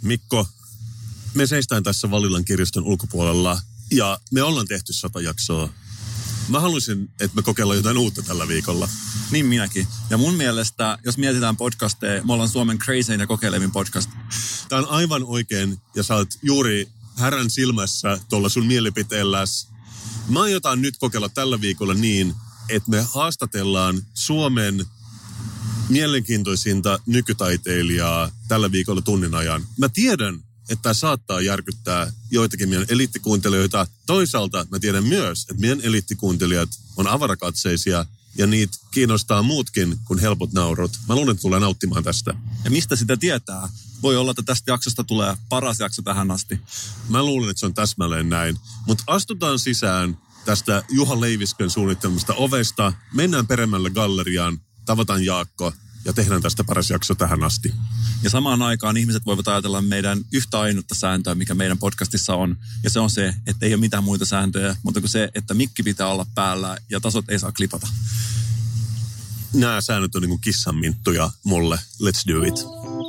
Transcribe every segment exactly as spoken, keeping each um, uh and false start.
Mikko, me seistään tässä Vallilan kirjaston ulkopuolella ja me ollaan tehty sata jaksoa. Mä haluaisin, että me kokeillaan jotain uutta tällä viikolla. Niin minäkin. Ja mun mielestä, jos mietitään podcasteja, me ollaan Suomen crazein ja kokeilevin podcast. Tää on aivan oikein ja sä oot juuri härän silmässä tuolla sun mielipiteelläs. Mä aiotaan nyt kokeilla tällä viikolla niin, että me haastatellaan Suomen mielenkiintoisinta nykytaiteilijaa tällä viikolla tunnin ajan. Mä tiedän, että tämä saattaa järkyttää joitakin meidän eliittikuuntelijoita. Toisaalta mä tiedän myös, että meidän eliittikuuntelijat on avarakatseisia ja niitä kiinnostaa muutkin kuin helpot naurut. Mä luulen, että tulee nauttimaan tästä. Ja mistä sitä tietää? Voi olla, että tästä jaksosta tulee paras jakso tähän asti. Mä luulen, että se on täsmälleen näin. Mutta astutaan sisään tästä Juha Leiviskön suunnittelemasta ovesta. Mennään peremmälle galleriaan, tavataan Jaakko ja tehdään tästä paras jakso tähän asti. Ja samaan aikaan ihmiset voivat ajatella meidän yhtä ainutta sääntöä, mikä meidän podcastissa on. Ja se on se, että ei ole mitään muita sääntöjä, mutta kuin se, että mikki pitää olla päällä ja tasot ei saa klipata. Nämä säännöt on niin kuin kissanminttuja mulle. Let's do it.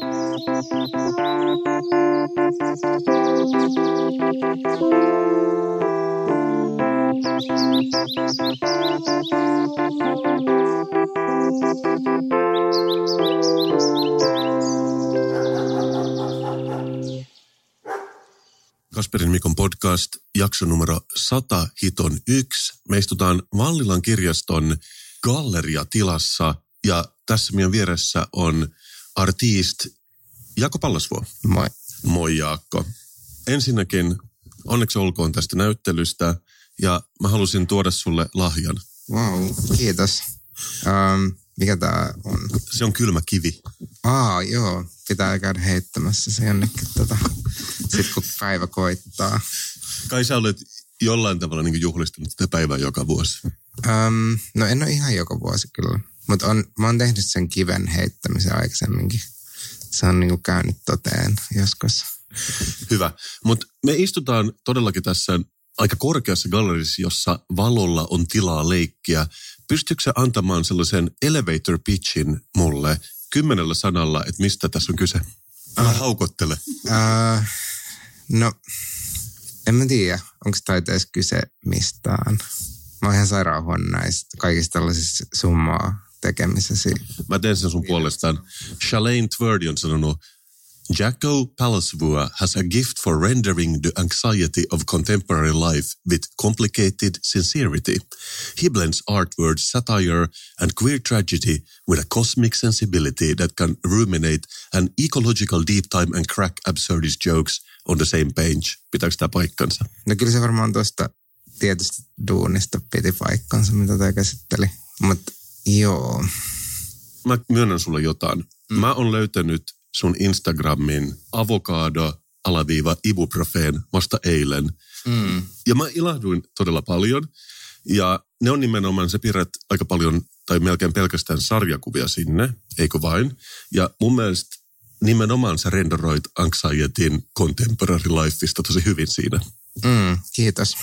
Kasperin Mikon podcast, jakso numero sata hiton yksi. Me istutaan Vallilan kirjaston galleriatilassa ja tässä meidän vieressä on artist Jaakko Pallasvuo. Moi. Moi Jaakko. Ensinnäkin onneksi olkoon tästä näyttelystä ja mä halusin tuoda sulle lahjan. Wow, kiitos. Um, mikä tää on? Se on kylmä kivi. Aa, joo. Pitää käydä heittämässä se jonnekin tota, sit kun päivä koittaa. Kai sä olet jollain tavalla niin kuin juhlistanut sitä päivää joka vuosi. Um, no en ole ihan joka vuosi kyllä. Mutta mä oon tehnyt sen kiven heittämisen aikaisemminkin. Se on niin kuin käynyt toteen joskus. Hyvä. Mutta me istutaan todellakin tässä aika korkeassa gallerissa, jossa valolla on tilaa leikkiä. Pystytkö sä antamaan sellaisen elevator pitchin mulle kymmenellä sanalla, että mistä tässä on kyse? Älä uh, haukottele. Uh, no, en mä tiedä, onko taiteessa kyse mistään. Mä oon ihan sairaanhuono näistä kaikista tällaisista summaa tekemisesi. Mä teen sen sun puolestaan. Shalaine Tverdi on sanonut, Jaakko Pallasvuo has a gift for rendering the anxiety of contemporary life with complicated sincerity. He blends artward satire and queer tragedy with a cosmic sensibility that can ruminate an ecological deep time and crack absurdist jokes on the same page. Pitääkö tämä paikkansa? No kyllä se varmaan tuosta tietysti duunista piti paikkansa, mitä tämä käsitteli. Mutta joo. Mä myönnän sulle jotain. Mm. Mä oon löytänyt sun Instagramin avokado alaviiva ibuprofeen vasta eilen. Mm. Ja mä ilahduin todella paljon. Ja ne on nimenomaan, sä pidät aika paljon tai melkein pelkästään sarjakuvia sinne, eikö vain? Ja mun mielestä nimenomaan sä renderoit anxietyn contemporary lifeista tosi hyvin siinä. Mm, kiitos.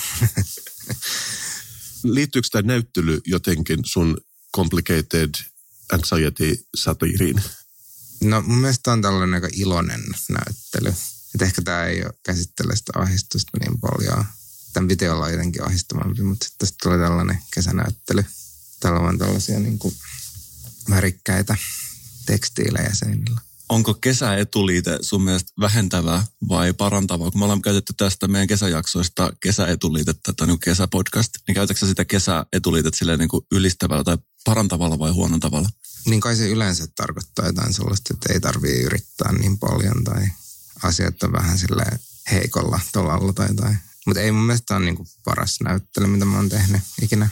Liittyykö tämä näyttely jotenkin sun complicated anxiety-satiriin? No mun mielestä on tällainen aika iloinen näyttely. Että ehkä tämä ei ole käsittele sitä ahdistusta niin paljon. Tämän piti olla jotenkin ahdistavampi, mutta sitten tästä tulee tällainen kesänäyttely. Täällä on tällaisia niin kuin värikkäitä tekstiilejä seinillä. Onko kesäetuliite sun mielestä vähentävä vai parantava? Kun me ollaan käytetty tästä meidän kesäjaksoista kesäetuliitettä tai niin kesäpodcast, niin käytätkö sitä kesäetuliitet silleen niin kuin ylistävällä tai parantavalla vai huonon tavalla? Niin kai se yleensä tarkoittaa jotain sellaista, että ei tarvitse yrittää niin paljon tai asiat on vähän silleen heikolla tolalla tai jotain. Mutta ei mun mielestä ole niin kuin paras näyttely, mitä mä oon tehnyt ikinä.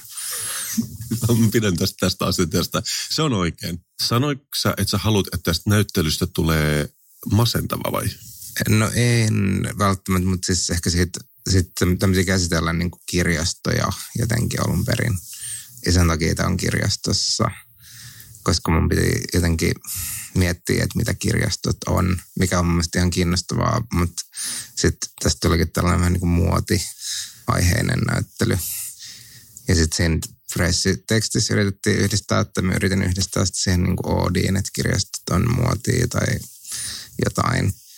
Mä pidän tästä, tästä asenteesta. Se on oikein. Sanoitko sä, että sä haluat, että tästä näyttelystä tulee masentava vai? No en välttämättä, mutta siis ehkä siitä, sitten tämmöisiä käsitellään niin kuin kirjastoja jotenkin alun perin. Ja sen takia tämä on kirjastossa, koska mun piti jotenkin miettiä, että mitä kirjastot on, mikä on mun mielestä ihan kiinnostavaa, mutta sitten tästä tulikin tällainen vähän niin kuin muoti-aiheinen näyttely. Ja sitten siinä pressitekstissä yritettiin yhdistää, että mä yritin yhdistää siihen niin kuin oodiin, että kirjastot on muotia tai jotain. Mutta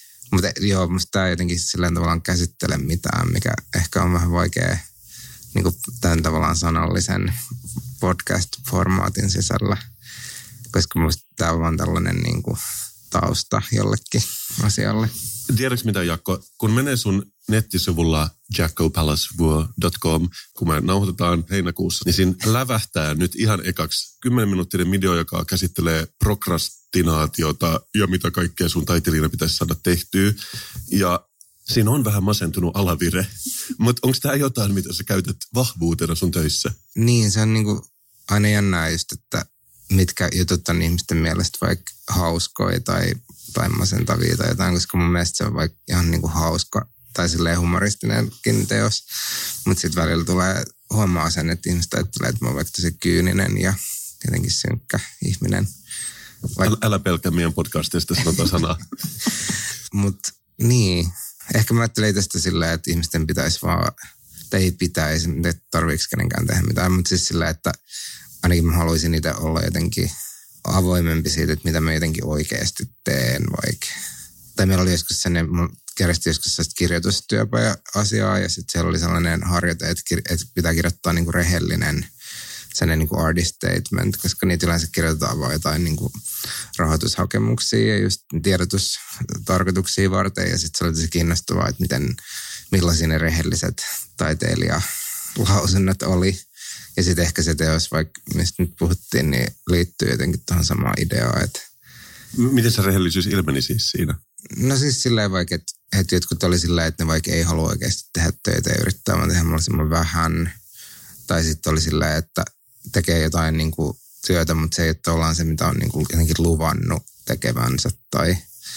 Mutta joo, musta tämä jotenkin silleen tavallaan käsittele mitään, mikä ehkä on vähän vaikea niin kuin tämän tavallaan sanallisen podcast-formaatin sisällä, koska musta tämä on vaan tällainen niin kuin tausta jollekin asialle. Tiedätkö mitä, Jakko? Kun menee sun nettisivulla jacko palace vuo dot com, kun me nauhoitetaan heinäkuussa, niin siinä lävähtää nyt ihan ekaksi kymmenen minuuttinen video, joka käsittelee prokrastinaatiota ja mitä kaikkea sun taiteilijana pitäisi saada tehtyä. Ja siinä on vähän masentunut alavire, mutta onko tämä jotain, mitä sä käytät vahvuutena sun töissä? Niin, se on niinku aina jännää just, että mitkä jutut on ihmisten mielestä vaikka hauskoja tai, tai masentavia tai jotain, koska mun mielestä se on vaikka ihan niinku hauska tai silleen humoristinenkin teos. Mutta sitten välillä tulee huomaa sen, että ihmiset ajattelee, että mä oon vaikka tosi kyyninen ja jotenkin synkkä ihminen. Vaik- älä, älä pelkää meidän podcastista sanotaan sanaa. Mutta niin, ehkä mä ajattelen tästä silleen, että ihmisten pitäisi vaan, tai ei pitäisi, ei tarvitse kenenkään tehdä mitään, mutta siis silleen, että ainakin mä haluaisin itse olla jotenkin avoimempi siitä, että mitä mä jotenkin oikeasti teen vaikka. Tai meillä oli joskus sellainen, mun järjesti joskus sellaista kirjoitustyöpaja-asiaa ja sitten siellä oli sellainen harjoite, että, kir- että pitää kirjoittaa niinku rehellinen sellainen niinku artist statement, koska niitä yleensä kirjoitetaan vaan jotain niinku rahoitushakemuksia ja just tiedotustarkoituksia varten. Ja sitten se oli tosi kiinnostavaa, että miten, millaisia ne rehelliset taiteilijalausunnot oli. Ja sitten ehkä se teos, vaikka mistä nyt puhuttiin, niin liittyy jotenkin tuohon samaan ideaan. Että miten se rehellisyys ilmeni siis siinä? No siis silleen vaikka, että, että jotkut oli silleen, että ne vaikka ei halua oikeasti tehdä töitä ja yrittää vaan tehdä mahdollisimman vähän. Tai sitten oli silleen, että tekee jotain niin kuin työtä, mutta se ei ole tavallaan se, mitä on niin kuin jotenkin luvannut tekevänsä. Tai,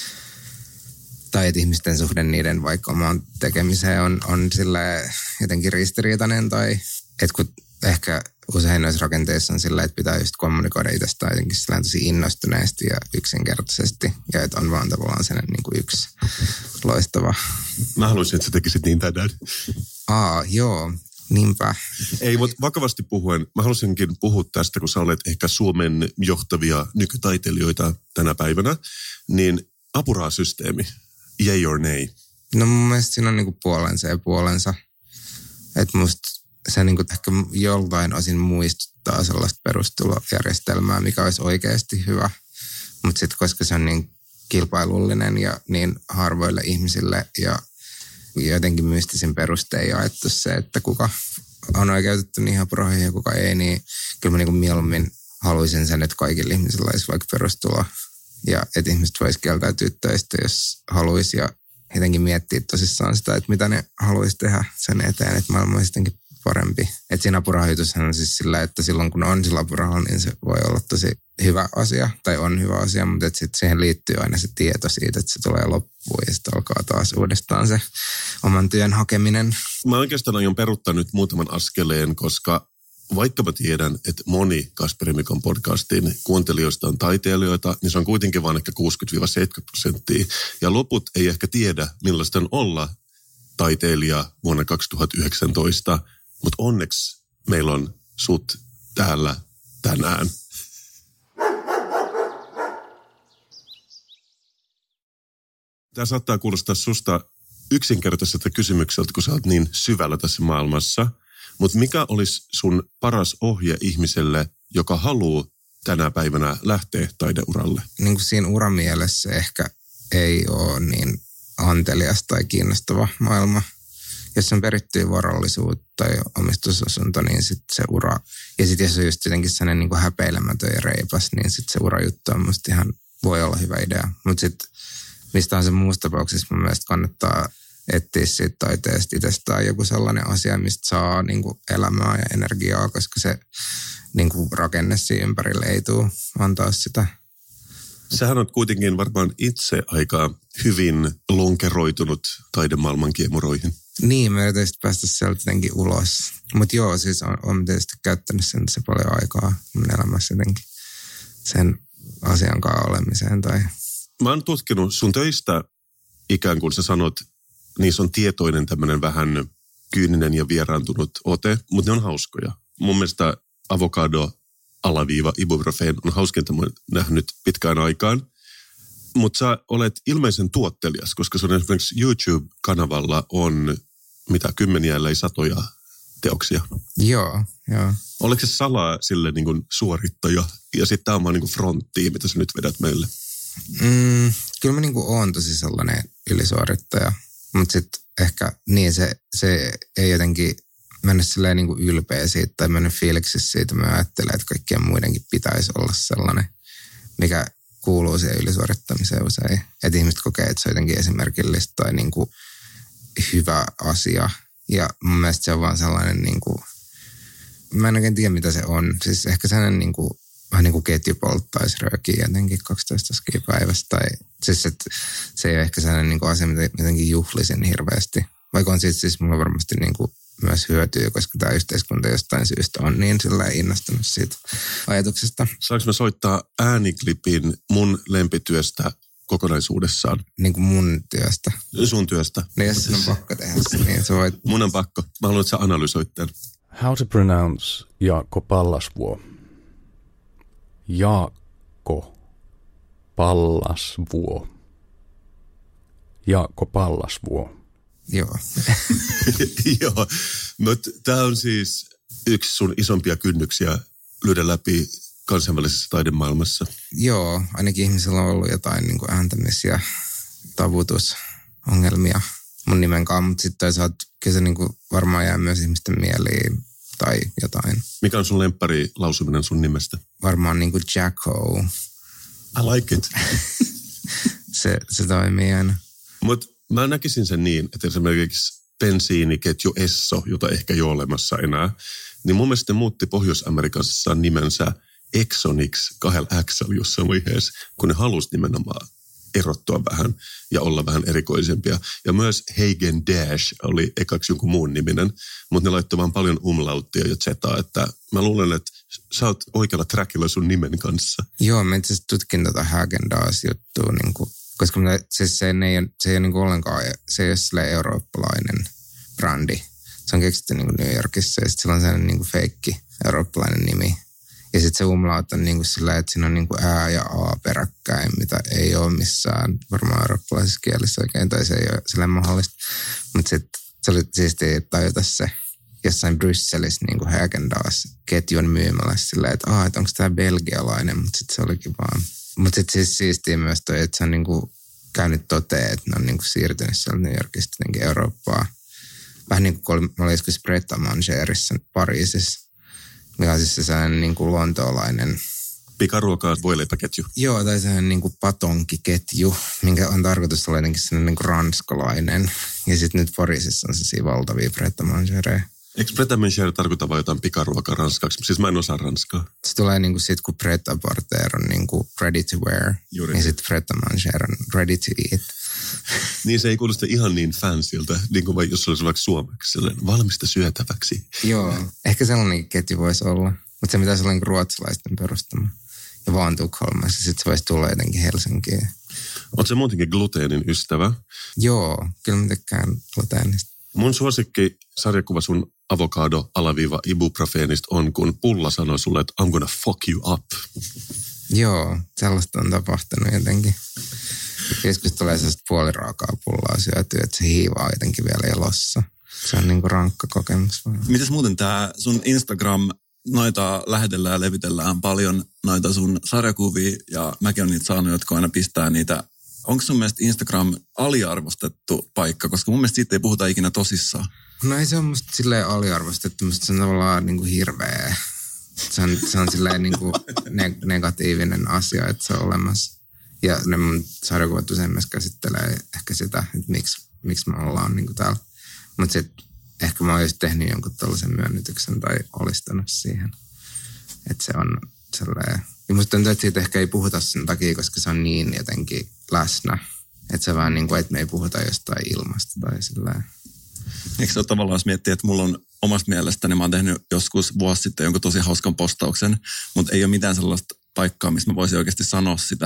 tai että ihmisten suhde niiden vaikka omaan tekemiseen on, on silleen jotenkin ristiriitainen. Tai että kun ehkä usein noissa rakenteissa on silleen, että pitää just kommunikoida itsestään jotenkin silleen tosi innostuneesti ja yksinkertaisesti. Ja että on vaan tavallaan sellainen niin kuin yksi loistava. Mä haluaisin, että sä tekisit niin tänään. Aa, joo. Niinpä. Ei, mutta vakavasti puhuen, mä haluaisinkin puhua tästä, kun sä olet ehkä Suomen johtavia nykytaiteilijoita tänä päivänä, niin apurahasysteemi, yay or nay? No mun mielestä siinä on niinku puolensa ja puolensa. Että musta se niinku ehkä joltain osin muistuttaa sellaista perustulojärjestelmää, mikä olisi oikeasti hyvä. Mutta sitten koska se on niin kilpailullinen ja niin harvoille ihmisille ja jotenkin mystisin perustein jaettu se, että kuka on oikeutettu niihin apurahoihin ja kuka ei, niin kyllä mä niin kuin mieluummin haluaisin sen, että kaikilla ihmisillä olisi vaikka perustulo ja että ihmiset voisi kieltäytyä töistä, jos haluaisi ja jotenkin miettiä tosissaan sitä, että mitä ne haluaisi tehdä sen eteen, että maailma olisi jotenkin parempi. Että siinä apurahoitushan on siis sillä, että silloin kun on sillä apurahalla, niin se voi olla tosi hyvä asia tai on hyvä asia, mutta sitten siihen liittyy aina se tieto siitä, että se tulee loppuun ja sitten alkaa taas uudestaan se oman työn hakeminen. Mä oikeastaan aion peruuttaa nyt muutaman askeleen, koska vaikka mä tiedän, että moni Kasperi Mikon podcastin kuuntelijoista on taiteilijoita, niin se on kuitenkin vain ehkä kuusikymmentä seitsemänkymmentä prosenttia. Ja loput ei ehkä tiedä, millaista on olla taiteilija vuonna kaksituhattayhdeksäntoista, mutta onneksi meillä on sut täällä tänään. Tämä saattaa kuulostaa susta yksinkertaiselta kysymykseltä, kun sä oot niin syvällä tässä maailmassa. Mutta mikä olisi sun paras ohje ihmiselle, joka haluaa tänä päivänä lähteä taideuralle? Niin kuin siinä uramielessä ehkä ei ole niin antelias tai kiinnostava maailma. Jos on perittyä varallisuutta tai omistusasunto, niin sitten se ura, ja sitten jos on just jotenkin sellainen niin kuin häpeilemätön ja reipas, niin sitten se urajuttu on musta ihan, voi olla hyvä idea. Mutta sitten mistä on se muussa tapauksessa mun mielestä kannattaa etsiä siitä taiteesta itsestään joku sellainen asia, mistä saa niin kuin elämää ja energiaa, koska se niin kuin rakenne siinä ympärille ei tule antaa sitä. Sähän on kuitenkin varmaan itse aika hyvin lonkeroitunut taidemaailman kiemuroihin. Niin, mä yritän päästä sieltä jotenkin ulos. Mutta joo, siis on, on tietysti käyttänyt sen se paljon aikaa mun elämässä jotenkin sen asian kanssa olemiseen. Tai mä oon tutkinut sun töistä ikään kuin sä sanot, niissä on tietoinen tämmöinen vähän kyyninen ja vieraantunut ote, mutta ne on hauskoja. Mun mielestä avokado alaviiva ibuprofen on hauskinta, mä oon nähnyt pitkään aikaan. Mutta sä olet ilmeisen tuottelias, koska sun esimerkiksi YouTube-kanavalla on mitä kymmeniä, ellei satoja teoksia. Joo, joo. Oliko se salaa sille niin kuin suorittaja ja sitten tämä on vaan niin kuin fronttiin, mitä sä nyt vedät meille? Mm, kyllä mä niin kuin oon tosi sellainen ylisuorittaja, mutta sitten ehkä niin se, se ei jotenkin mennyt silleen niin kuin ylpeä siitä tai mennyt fiiliksissä siitä. Mä ajattelen, että kaikkien muidenkin pitäisi olla sellainen, mikä kuuluu siihen ylisuorittamiseen usein. Että ihmiset kokee, että se on jotenkin esimerkillistä tai niin kuin hyvä asia. Ja mun mielestä se on vaan sellainen, niin kuin, mä en oikein tiedä mitä se on. Siis ehkä sellainen niin kuin, vähän niin kuin ketju polttaisi röökiä jotenkin kaksitoista skia päivässä. Tai siis että se ei ole ehkä sellainen niin kuin asia, mitä jotenkin juhlisin hirveästi. Vaikka on siitä siis mulla varmasti niin kuin myös hyötyy, koska tämä yhteiskunta jostain syystä on niin sillä innostunut siitä ajatuksesta. Saanko mä soittaa ääniklipin mun lempityöstä kokonaisuudessaan? Niin kuin mun työstä. Sun työstä. Niin jos on pakko tehdä se, niin sä voit... Mun on pakko. Mä haluan, että sä analysoit tämän. How to pronounce Jaakko Pallasvuo? Jaakko Pallasvuo. Jaakko Pallasvuo. Joo. Joo, mutta tämä on siis yksi sun isompia kynnyksiä lyödä läpi kansainvälisessä taidemaailmassa. Joo, ainakin ihmisillä on ollut jotain niin kuin ääntämis- ja tavutusongelmia mun nimen kanssa, mutta sitten toisaalta kyllä se niin kuin varmaan jää myös ihmisten mieliin tai jotain. Mikä on sun lemppari lausuminen sun nimestä? Varmaan niin kuin Jacko. I like it. se, se toimii aina. Mutta mä näkisin sen niin, että esimerkiksi bensiiniketju Esso, jota ehkä ei ole olemassa enää, niin mun mielestä muutti Pohjois-Amerikassa nimensä Exonix kahdella X:llä jossain vaiheessa, kun ne halusi nimenomaan erottua vähän ja olla vähän erikoisempia. Ja myös Hagen Dash oli ekaksi jonkun muun niminen, mutta ne laittoi vaan paljon umlauttia ja zetaa, että mä luulen, että sä oot oikealla trackilla sun nimen kanssa. Joo, mä itse asiassa tutkin tota Hagen Dash-juttua, niin kuin, koska mä, siis se, ei, se ei ole niin kuin ollenkaan, se ei ole silleen eurooppalainen brändi. Se on keksitty niin kuin New Yorkissa ja sitten sillä on sellainen niin kuin feikki eurooppalainen nimi. Ja sitten se umlaut on niin kuin sillä, että siinä on niin kuin ää ja a peräkkäin, mitä ei ole missään varmaan eurooppalaisessa kielessä oikein, tai se ei ole silleen mahdollista. Mutta sitten se oli siistiä tajuta se jossain Brysselissä niin kuin Häagen-Dazs-ketjun myymälässä silleen, että aah, että onko tämä belgialainen, mutta sitten se olikin vaan. Mutta sitten siis siistiä myös toi, että se on niin kuin käynyt toteen, että ne on niin kuin siirtynyt sieltä New Yorkista jotenkin Eurooppaan. Vähän niin kuin mä olin joskus Pret a Mangerissa Pariisissa. Mikä on siis se sellainen niin kuin lontoolainen... Pikaruokaa voileipäketju. Joo, tai sellainen niin kuin patonkiketju, minkä on tarkoitus olla jotenkin sellainen niin kuin ranskalainen. Ja sitten nyt Pariisissa on sellaisia valtavia Pret a Mangereja. Eikö Pret a Manger tarkoita vain jotain pikaruokaa ranskaksi? Siis mä en osaa ranskaa. Se tulee niin kuin sit, kun Pret a Porter on niin kuin ready to wear. Juuri. Ja sitten Pret a Manger on ready to eat. Niin se ei kuulosta ihan niin fansilta, niin kuin vai, jos se olisi vaikka suomeksi, sellainen valmista syötäväksi. Joo, ehkä sellainen ketju voisi olla, mutta se pitäisi olla niin ruotsalaisten perustama. Ja vaan Tukholmassa, sitten se voisi tulla jotenkin Helsinkiin. Oletko se muutenkin gluteenin ystävä? Joo, kyllä mä tykkään gluteenista. Mun suosikki sarjakuva sun avokado alaviiva ibuprofeenista on, kun Pulla sanoi sulle, että I'm gonna fuck you up. Joo, sellaista on tapahtunut jotenkin. Joskus tulee sellaista puoliraakaa pullaa syötyä, että se hiivaa jotenkin vielä elossa. Se on niinku rankka kokemus. Mites muuten tää sun Instagram, noita lähetellään ja levitellään paljon, noita sun sarjakuvia, ja mäkin on niitä saanut, jotka aina pistää niitä. Onko sun mielestä Instagram aliarvostettu paikka? Koska mun mielestä siitä ei puhuta ikinä tosissaan. No ei se on musta silleen aliarvostettu, musta se on tavallaan niinku hirveä. Se on, se on silleen niinku ne, negatiivinen asia, että se on olemassa. Ja ne mun sarjakuvat usein myös käsittelee ehkä sitä, että miksi, miksi me ollaan niin kuin täällä. Mutta sitten ehkä mä olisin tehnyt jonkun tällaisen myönnytyksen tai olistanut siihen. Että se on sellainen. Ja musta tuntuu, että siitä ehkä ei puhuta sen takia, koska se on niin jotenkin läsnä. Että se vähän niin kuin, että me ei puhuta jostain ilmasta tai silleen. Eikö se ole tavallaan, jos miettii, että mulla on omasta mielestäni, mä oon tehnyt joskus vuosi sitten jonkun tosi hauskan postauksen, mutta ei ole mitään sellaista paikkaa, missä mä voisin oikeasti sanoa sitä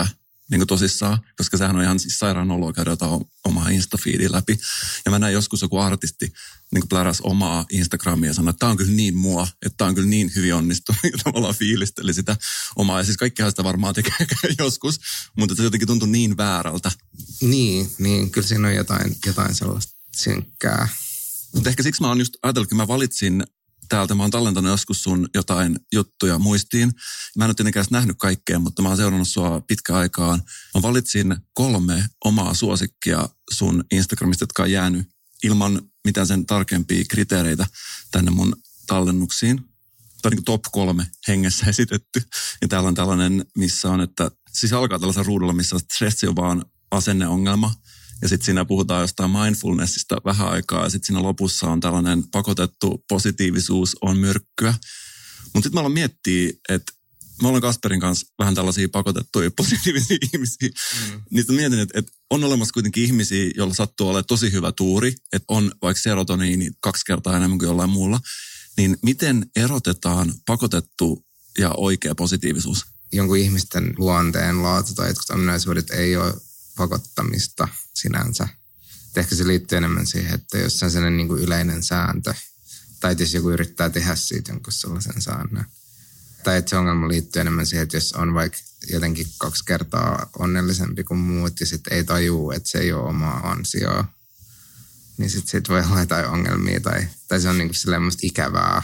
niin kuin tosissaan, koska sehän on ihan siis sairaan oloa käydä jotain omaa Insta-feedia läpi. Ja mä näin joskus joku artisti niin kuin pläräs omaa Instagramia ja sanoi, että tää on kyllä niin mua, että tää on kyllä niin hyvin onnistunut. Ja tavallaan fiilisteli sitä omaa. Ja siis kaikkihan sitä varmaan tekee joskus, mutta se jotenkin tuntui niin väärältä. Niin, niin kyllä siinä on jotain, jotain sellaista synkkää. Mutta ehkä siksi mä oon just ajatellut, että mä valitsin täältä, mä oon tallentanut joskus sun jotain juttuja muistiin. Mä en ole tietenkään nähnyt kaikkea, mutta mä oon seurannut sua pitkään aikaan. Mä valitsin kolme omaa suosikkia sun Instagramista, jotka on jäänyt ilman mitään sen tarkempia kriteereitä tänne mun tallennuksiin. Tämä on niin kuin top kolme hengessä esitetty. Ja täällä on tällainen, missä on, että siis alkaa tällaisella ruudulla, missä on stressi on vaan asenneongelma. Ja sitten siinä puhutaan jostain mindfulnessista vähän aikaa. Ja sitten siinä lopussa on tällainen pakotettu positiivisuus on myrkkyä. Mutta sitten mä aloin miettiä, että mä olen Kasperin kanssa vähän tällaisia pakotettuja positiivisia ihmisiä. Mm. Niistä mietin, että, että on olemassa kuitenkin ihmisiä, joilla sattuu olemaan tosi hyvä tuuri. Että on vaikka serotoniini kaksi kertaa enemmän kuin jollain muulla. Niin miten erotetaan pakotettu ja oikea positiivisuus? Jonkun ihmisten luonteen laatu tai jotkut ominaisuudet ei ole pakottamista sinänsä. Et ehkä se liittyy enemmän siihen, että jos se on sellainen niin kuin yleinen sääntö, tai jos joku yrittää tehdä siitä jonkun sellaisen säännön. Tai että se ongelma liittyy enemmän siihen, että jos on vaikka jotenkin kaksi kertaa onnellisempi kuin muut ja sitten ei tajuu, että se ei ole omaa ansioa, niin sitten sit voi olla jotain ongelmia tai, tai se on niin kuin silleen musta ikävää.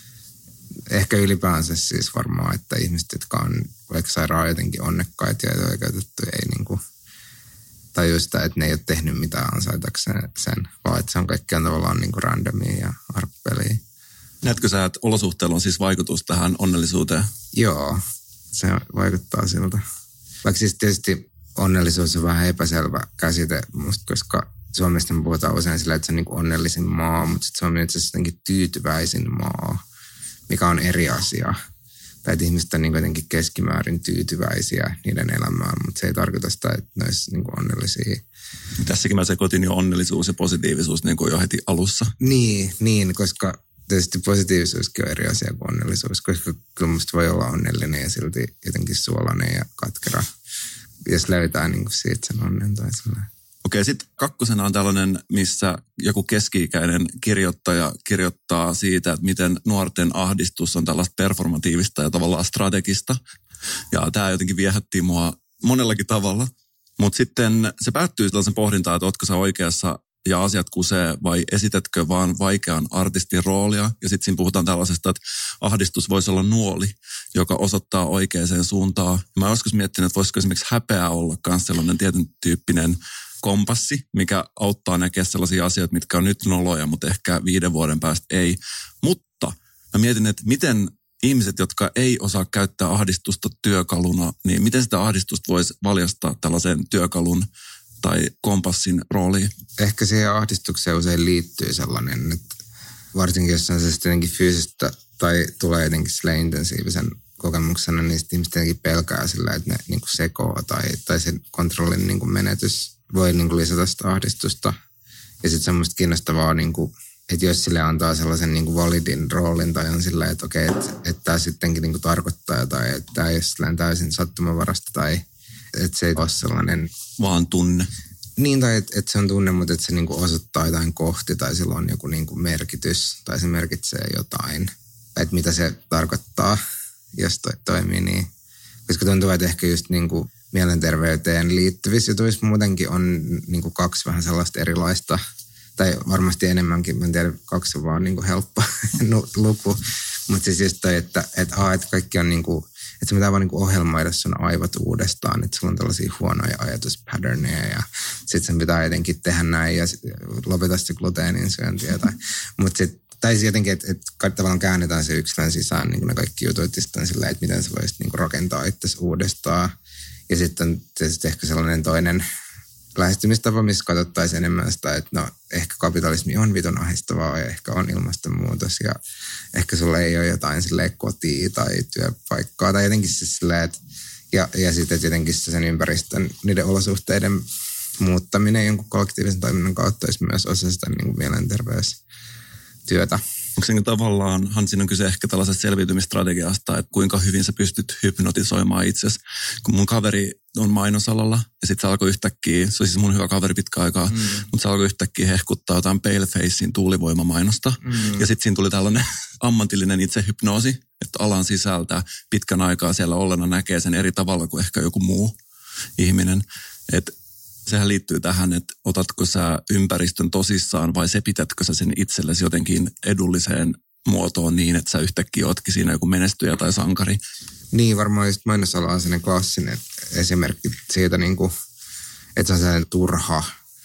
Ehkä ylipäänsä siis varmaan, että ihmiset, jotka on vaikka sairaan jotenkin onnekkaita ja oikeutettu, ei niin kuin tajua sitä, että ne ei ole tehnyt mitään ansaitakseen sen, vaan että se on kaikkiaan tavallaan niin kuin randomia ja arppeliä. Näetkö sä, että olosuhteella on siis vaikutus tähän onnellisuuteen? Joo, se vaikuttaa siltä. Vaikka siis tietysti onnellisuus on vähän epäselvä käsite musta, koska Suomesta me puhutaan usein sillä, että se on niin kuin onnellisin maa, mutta sitten Suomi on itse asiassa jotenkin tyytyväisin maa, mikä on eri asia. Tai että ihmiset on niin jotenkin keskimäärin tyytyväisiä niiden elämään, mutta se ei tarkoita sitä, että ne olisi niin kuin onnellisia. Tässäkin mä sekoitin jo onnellisuus ja positiivisuus niin kuin jo heti alussa. Niin, niin, koska tietysti positiivisuuskin on eri asia kuin onnellisuus, koska kyllä musta voi olla onnellinen ja silti jotenkin suolainen ja katkera, jos löytää niin kuin siitä sen onnen tai sellainen. Okei, sitten kakkosena on tällainen, missä joku keski-ikäinen kirjoittaja kirjoittaa siitä, että miten nuorten ahdistus on tällaista performatiivista ja tavallaan strategista. Ja tämä jotenkin viehätti mua monellakin tavalla. Mutta sitten se päättyy tällaisen pohdintaan, että ootko sä oikeassa ja asiat kusee vai esitätkö vaan vaikean artistin roolia. Ja sitten siinä puhutaan tällaisesta, että ahdistus voisi olla nuoli, joka osoittaa oikeaan suuntaan. Mä oon joskus miettinyt, että voisiko esimerkiksi häpeä olla myös sellainen tietyn tyyppinen kompassi, mikä auttaa näkemään sellaisia asioita, mitkä on nyt noloja, mutta ehkä viiden vuoden päästä ei. Mutta mä mietin, että miten ihmiset, jotka ei osaa käyttää ahdistusta työkaluna, niin miten sitä ahdistusta voisi valjastaa tällaisen työkalun tai kompassin rooliin? Ehkä siihen ahdistukseen usein liittyy sellainen, että varsinkin jos on se jotenkin fyysistä tai tulee jotenkin sille intensiivisen kokemuksena, niin sitten ihmiset jotenkin pelkää sillä, että ne niin kuin sekoo tai, tai sen kontrollin niin kuin menetys voi niin kuin lisätä sitä ahdistusta. Ja sitten semmoista kiinnostavaa, niin kuin, että jos sille antaa sellaisen niin kuin validin roolin tai on sillä, että okei, että, että tämä sittenkin niin kuin tarkoittaa jotain, että tämä ei ole silleen täysin sattumanvarasta tai että se ei ole sellainen vaan tunne. Niin, tai että, että se on tunne, mutta että se niin kuin osoittaa jotain kohti tai sillä on joku niin kuin merkitys tai se merkitsee jotain. Että mitä se tarkoittaa, jos to, toimii niin. Koska tuntuu, että ehkä just niin kuin mielenterveyteen liittyvissä jutuissa muutenkin on niin kuin kaksi vähän sellaista erilaista, tai varmasti enemmänkin, mä en tiedä, kaksi on vaan niin kuin helppo luku. Mutta siis just toi, että, että, a, että kaikki on niin kuin, että se pitää vaan niin kuin ohjelmoida sun aivot uudestaan, että sulla on tällaisia huonoja ajatuspatterneja ja sitten sen pitää jotenkin tehdä näin ja lopeta se gluteenin syöntiä. Tai, mutta sitten tai siis jotenkin, että, että tavallaan käännetään se yksilön sisään niin kuin ne kaikki jutut ja sitten silleen, että miten sä voisit niin kuin rakentaa itsesi uudestaan. Ja sitten on tietysti ehkä sellainen toinen lähestymistapa, missä katsottaisiin enemmän sitä, että no ehkä kapitalismi on vitun ahdistavaa ja ehkä on ilmastonmuutos ja ehkä sulla ei ole jotain silleen kotia tai työpaikkaa tai jotenkin siis silleen, että ja, ja sitten että jotenkin sen ympäristön, niiden olosuhteiden muuttaminen jonkun kollektiivisen toiminnan kautta olisi myös osa sitä niin kuin mielenterveystyötä. Onko se tavallaanhan siinä on kyse ehkä tällaisesta selviytymistrategiasta, että kuinka hyvin sä pystyt hypnotisoimaan itsesi. Kun mun kaveri on mainosalalla ja sitten se alkoi yhtäkkiä, se on siis mun hyvä kaveri pitkä aikaa, mm. mutta se alkoi yhtäkkiä hehkuttaa jotain Palefacein tuulivoimamainosta. Mm. Ja sitten siinä tuli tällainen ammatillinen itsehypnoosi, että alan sisältä pitkän aikaa siellä ollena näkee sen eri tavalla kuin ehkä joku muu ihminen. Että sehän liittyy tähän, että otatko sä ympäristön tosissaan vai sepitätkö sä sen itsellesi jotenkin edulliseen muotoon niin, että sä yhtäkkiä ootkin siinä joku menestyjä tai sankari. Niin, varmaan just mainosala on sellainen klassinen esimerkki siitä, niin kuin, että se on sellainen turha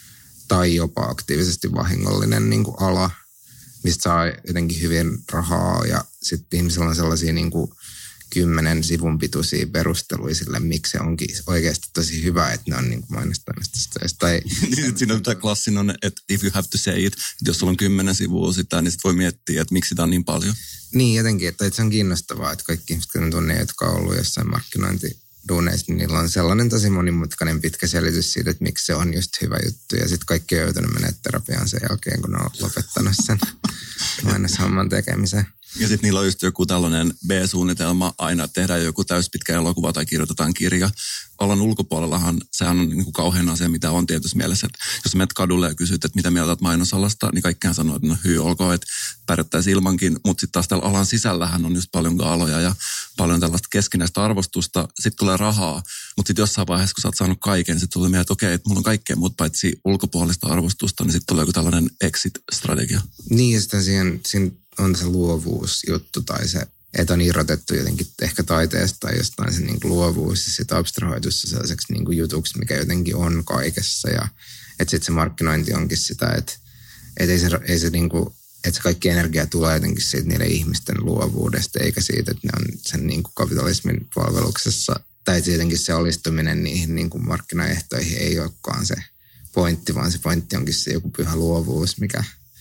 tai jopa aktiivisesti vahingollinen niin kuin ala, mistä saa jotenkin hyvin rahaa ja sitten ihmisillä on sellaisia niin kuin kymmenen sivun pituisia perusteluja sille, miksi se onkin oikeasti tosi hyvä, että ne on niin kuin mainostoimistosta. Tai siinä on tämä klassinen, että if you have to say it, että jos sulla on kymmenen sivua sitä, niin sit voi miettiä, että miksi sitä on niin paljon. Niin, jotenkin, että se on kiinnostavaa, että kaikki ihmiset, kun tunne, jotka on ollut jossain markkinointiduuneissa, niin niillä on sellainen tosi monimutkainen pitkä selitys siitä, että miksi se on just hyvä juttu. Ja sitten kaikki on joutunut menemään terapiaan sen jälkeen, kun ne on lopettanut sen mainoshomman tekemisen. Ja sitten niillä on just joku tällainen B-suunnitelma aina, että tehdään joku täyspitkä elokuva tai kirjoitetaan kirja. Alan ulkopuolellahan sehän on niin kuin kauhean asia, mitä on tietyssä mielessä. Että jos menet kadulle ja kysyt, että mitä mieltä olet mainosalasta, niin kaikkihan sanoo, että no hyy olkoon, että pärjättäisiin ilmankin. Mutta sitten taas tällä alan sisällähän on just paljon gaaloja ja paljon tällaista keskinäistä arvostusta. Sitten tulee rahaa, mutta sitten jossain vaiheessa, kun sä oot saanut kaiken, sitten tulee mieleen, että okei, että mulla on kaikkea muut paitsi ulkopuolista arvostusta, niin sitten tulee joku tällainen exit-strategia. Niin, ja sitten siihen, siinä on se luovuusjuttu tai se, että on irrotettu jotenkin ehkä taiteesta tai jostain se niin kuin luovuus ja sitten abstrahoitu se sellaiseksi niin kuin jutuksi, mikä jotenkin on kaikessa. Ja että sitten se markkinointi onkin sitä, että, että ei se, ei se niin kuin, että se kaikki energia tulee jotenkin siitä niiden ihmisten luovuudesta, eikä siitä, että ne on sen niin kuin kapitalismin palveluksessa. Tai että jotenkin se alistuminen niihin niin kuin markkinaehtoihin ei olekaan se pointti, vaan se pointti onkin se joku pyhä luovuus, mikä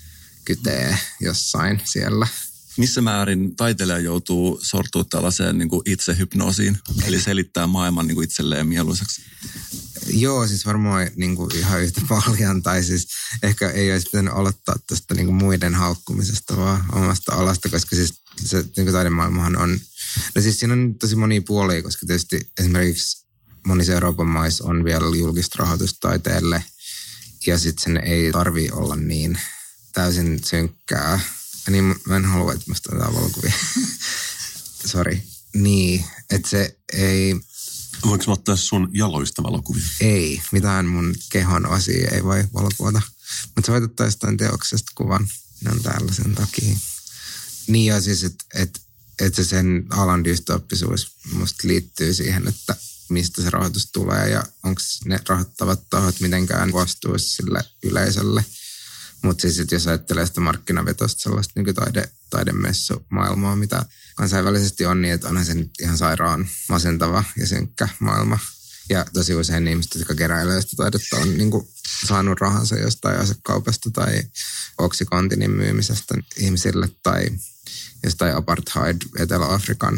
kytee jossain siellä. Missä määrin taiteilija joutuu sortua tällaiseen niin kuin itsehypnoosiin, eli selittää maailman niin kuin itselleen mieluiseksi? Joo, siis varmaan niin kuin ihan yhtä paljon, tai siis ehkä ei olisi pitänyt aloittaa tuosta niin kuin muiden haukkumisesta, vaan omasta alasta, koska siis se niin kuin taidemaailmahan on, no siis siinä on tosi monia puolia, koska tietysti esimerkiksi monissa Euroopan maissa on vielä julkista rahoitusta taiteelle, ja sitten sen ei tarvitse olla niin täysin synkkää. Niin mä en halua, että musta otetaan valokuvia. Sori. Niin, että se ei... Voinko mä ottaa sun jaloista valokuvia? Ei, mitään mun kehon osia ei voi valokuvata. Mutta sä voit ottaa jostain teoksesta kuvan. Ne on täällä sen takia. Niin ja siis, että et, et se sen alan dystoppisuus musta liittyy siihen, että mistä se rahoitus tulee ja onko ne rahoittavat tahot mitenkään vastuussa sille yleisölle. Mutta siis, että jos ajattelee sitä markkinavetosta sellaista niin taide, taidemessumaailmaa, mitä kansainvälisesti on, niin että onhan se nyt ihan sairaan masentava ja synkkä maailma. Ja tosi usein ihmiset, jotka keräilee sitä taidetta, on niin kuin saanut rahansa jostain asekaupasta tai Oxycontinin myymisestä ihmisille tai jostain apartheid Etelä-Afrikan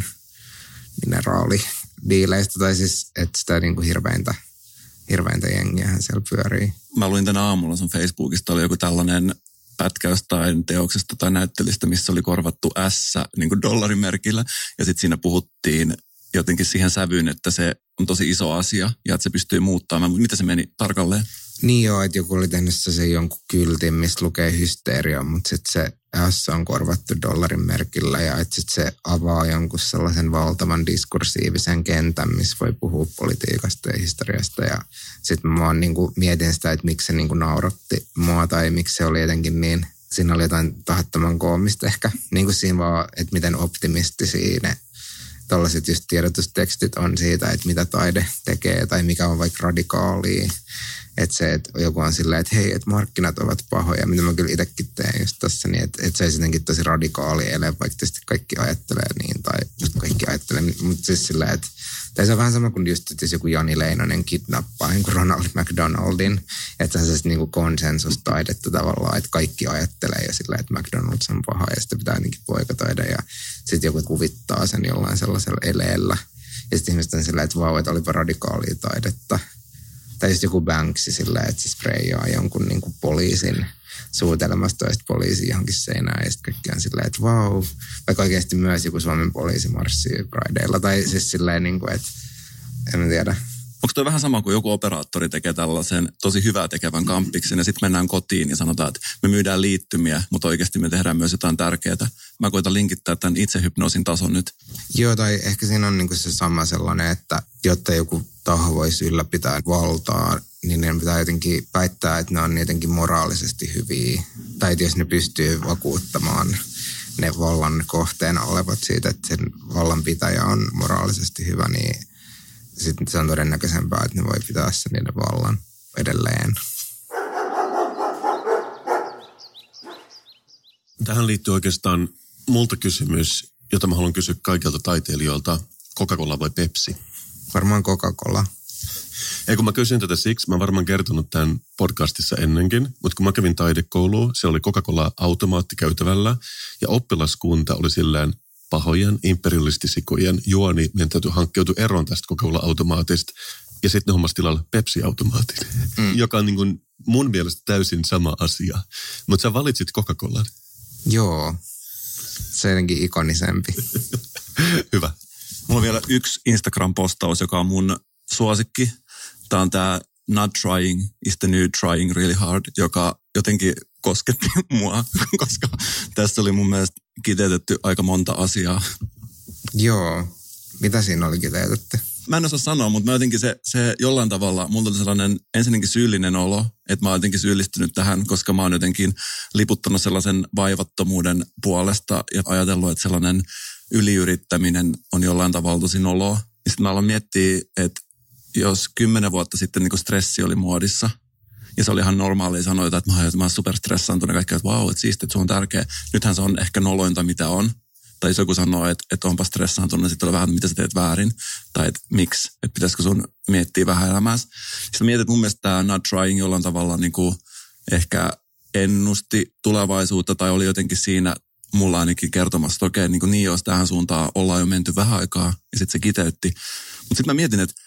mineraalidiileistä. Tai siis, että sitä niin kuin hirveintä, hirveintä jengiähän siellä pyörii. Mä luin tänä aamulla sun Facebookista, oli joku tällainen pätkä jostain teoksesta tai näyttelistä, missä oli korvattu S niin kuin dollarimerkillä. Ja sitten siinä puhuttiin jotenkin siihen sävyyn, että se on tosi iso asia ja että se pystyy muuttamaan. Mutta mitä se meni tarkalleen? Niin joo, että joku oli tehnyt se jonkun kyltin, mistä lukee hysteeria, mutta sitten se S on korvattu dollarin merkillä ja että sitten se avaa jonkun sellaisen valtavan diskursiivisen kentän, missä voi puhua politiikasta ja historiasta. Ja sitten mä vaan niinku mietin sitä, että miksi se niinku nauratti mua tai miksi se oli jotenkin niin, siinä oli jotain tahattoman koomista ehkä. Niin kuin siinä vaan, että miten optimistisia ne tällaiset just tiedotustekstit on siitä, että mitä taide tekee tai mikä on vaikka radikaalia. Että se, että joku on silleen, että hei, että markkinat ovat pahoja, mitä mä kyllä itsekin teen just tässä, niin että, että se olisi jotenkin tosi radikaali ele, vaikka tietysti kaikki ajattelee niin, tai just kaikki ajattelee, mutta siis silleen, että tai se on vähän sama kuin just, että jos joku Jani Leinonen kidnappaa niin kuin Ronald McDonaldin, että se on se niin kuin konsensustaidetta tavallaan, että kaikki ajattelee ja silleen, että McDonald's on paha ja sitten pitää jotenkin poikatoida ja sitten joku kuvittaa sen jollain sellaisella eleellä. Ja sitten ihmiset on silleen, että vau, että olipa radikaalia taidetta. Tai just joku Banksy silleen, että se spreijaa jonkun niin kuin poliisin suutelemasta toista poliisia johonkin seinään. Ja sitten kaikki on silleen, että vau. Wow. Vaikka oikeasti myös joku Suomen poliisi marssii Prideilla. Tai siis silleen, niin kuin, että en mä tiedä. Onko toi vähän sama kuin joku operaattori tekee tällaisen tosi hyvää tekevän kamppiksen ja sitten mennään kotiin ja sanotaan, että me myydään liittymiä, mutta oikeasti me tehdään myös jotain tärkeää. Mä koitan linkittää tämän itsehypnoosin tason nyt. Joo, tai ehkä siinä on niinku se sama sellainen, että jotta joku taho voisi ylläpitää valtaa, niin ne pitää jotenkin väittää, että ne on jotenkin moraalisesti hyviä. Tai että jos ne pystyy vakuuttamaan ne vallan kohteena olevat siitä, että sen vallanpitäjä on moraalisesti hyvä, niin sitten se on todennäköisempää, että ne voi pitää sen niiden vallan edelleen. Tähän liittyy oikeastaan multa kysymys, jota mä haluan kysyä kaikilta taiteilijoilta. Coca-Cola vai Pepsi? Varmaan Coca-Cola. Ei kun mä kysyn tätä siksi, mä oon varmaan kertonut tämän podcastissa ennenkin, mutta kun mä kävin taidekouluun, se oli Coca-Cola automaattikäytävällä ja oppilaskunta oli silleen pahojen imperialistisikojen juoni, meidän täytyy hankkiutua eroon tästä Coca-Cola-automaatista. Ja sitten ne hommas tilalla Pepsi-automaatin, mm. joka on niin kuin mun mielestä täysin sama asia. Mutta sä valitsit Coca-Colan. Joo, se on jotenkin ikonisempi. Hyvä. Mulla on vielä yksi Instagram-postaus, joka on mun suosikki. Tämä on tämä Not trying is the new trying really hard, joka jotenkin kosketti mua, koska tässä oli mun mielestä kiteytetty aika monta asiaa. Joo. Mitä siinä oli kiteytetty? Mä en osaa sanoa, mutta mä jotenkin se, se jollain tavalla, mulla oli sellainen ensinnäkin syyllinen olo, että mä oon jotenkin syyllistynyt tähän, koska mä oon jotenkin liputtanut sellaisen vaivattomuuden puolesta ja ajatellut, että sellainen yliyrittäminen on jollain tavalla tosi noloa. Sitten mä aloin miettiä, että jos kymmenen vuotta sitten niin stressi oli muodissa, ja se oli ihan normaalia sanoa, että mä oon superstressaantunut ja kaikki, että vau, että siistiä, että se on tärkeä. Nythän se on ehkä nolointa, mitä on. Tai jos joku sanoo, että, että onpa stressaantunut, niin sitten on vähän, mitä sä teet väärin. Tai että miksi, että pitäisikö sun miettiä vähän elämäänsä. Sitten mietin, että mun mielestä tämä not trying jollain tavalla niin kuin ehkä ennusti tulevaisuutta tai oli jotenkin siinä mulla ainakin kertomassa, että okei, niin, kuin niin jos tähän suuntaan ollaan jo menty vähän aikaa ja sitten se kiteytti. Mutta sitten mä mietin, että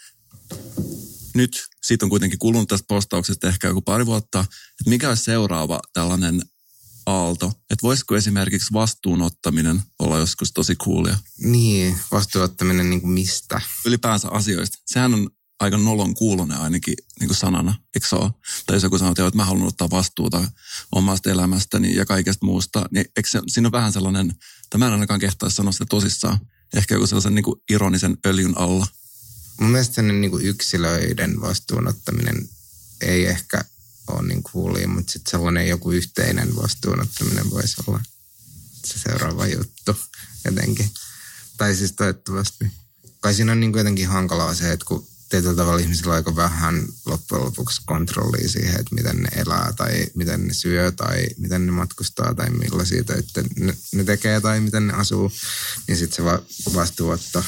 nyt siitä on kuitenkin kulunut tästä postauksesta ehkä joku pari vuotta, että mikä olisi seuraava tällainen aalto, että voisiko esimerkiksi vastuunottaminen olla joskus tosi coolia? Niin, vastuunottaminen niin kuin mistä? Ylipäänsä asioista. Sehän on aika nolon kuulonen ainakin niin kuin sanana, eikö se ole? Tai jos joku sanoo, että mä haluan ottaa vastuuta omasta elämästäni ja kaikesta muusta, niin eikö se, siinä on vähän sellainen, tai mä en ainakaan kehtaisi sanoa sitä tosissaan, ehkä joku sellaisen niin kuin ironisen öljyn alla. Mun mielestä sellainen niin kuin yksilöiden vastuunottaminen ei ehkä ole niin coolia, mutta sitten sellainen joku yhteinen vastuunottaminen voisi olla se seuraava juttu jotenkin. Tai siis toivottavasti. Kai siinä on niin kuin jotenkin hankalaa se, että kun tietyllä tavalla ihmisillä on aika vähän loppujen lopuksi kontrollia siihen, että miten ne elää tai miten ne syö tai miten ne matkustaa tai millaisia töitä ne, ne tekee tai miten ne asuu, niin sitten se va- vastuuotto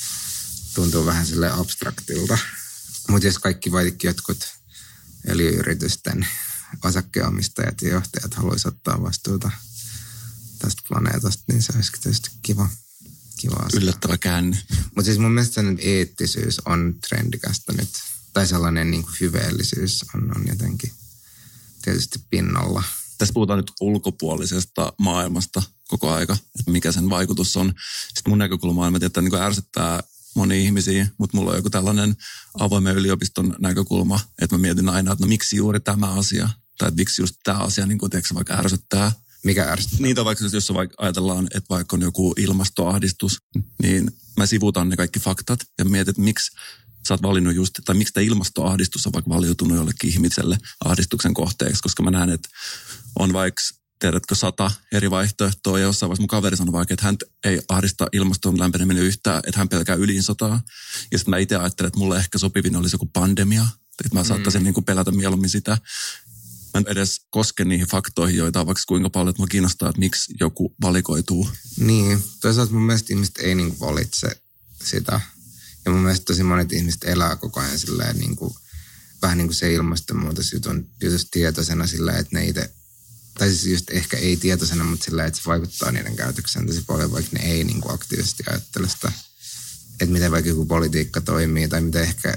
tuntuu vähän silleen abstraktilta. Mutta jos kaikki vaikka jotkut öljy-yritysten osakkeenomistajat ja johtajat haluaisivat ottaa vastuuta tästä planeetasta, niin se olisi tietysti kiva. kiva asia. Yllättävä käänne. Mutta siis mun mielestä eettisyys on trendikästä nyt. Tai sellainen niin kuin hyveellisyys on, on jotenkin tietysti pinnalla. Tässä puhutaan nyt ulkopuolisesta maailmasta koko aika, että mikä sen vaikutus on. Sitten mun näkökulma on, että niin ärsyttää monia ihmisiä, mutta mulla on joku tällainen avoimen yliopiston näkökulma, että mä mietin aina, että no miksi juuri tämä asia, tai että miksi just tämä asia niin kuitenkin vaikka ärsyttää. Mikä ärsyttää? Niitä vaikka, jos vaikka ajatellaan, että vaikka on joku ilmastoahdistus, niin mä sivuutan ne kaikki faktat ja mietin, että miksi sä oot valinnut just, tai miksi tämä ilmastoahdistus on vaikka valioitunut jollekin ihmiselle ahdistuksen kohteeksi, koska mä näen, että on vaikka tiedätkö sata eri vaihtoehtoa ja jossain vaiheessa mun kaveri sanoi vaikka, että hän ei ahdista ilmaston lämpeneminen yhtään, että hän pelkää ydinsotaa. Ja sitten mä itse ajattelen, että mulle ehkä sopivin olisi joku pandemia, että mä saattaisin mm. niin kuin pelätä mieluummin sitä. Mä en edes koske niihin faktoihin, joita on vaikka kuinka paljon, että mua kiinnostaa, että miksi joku valikoituu. Niin, toisaalta mun mielestä ihmiset ei niin kuin valitse sitä. Ja mun mielestä tosi monet ihmiset elää koko ajan silleen niin kuin, vähän niin kuin se ilmastonmuutos on just tietoisena silleen, että ne itse tai siis just ehkä ei tietoisena, mutta sillä, että se vaikuttaa niiden käytökseen tosi paljon, vaikka ne ei niin kuin aktiivisesti ajattele sitä, että miten vaikka joku politiikka toimii, tai miten ehkä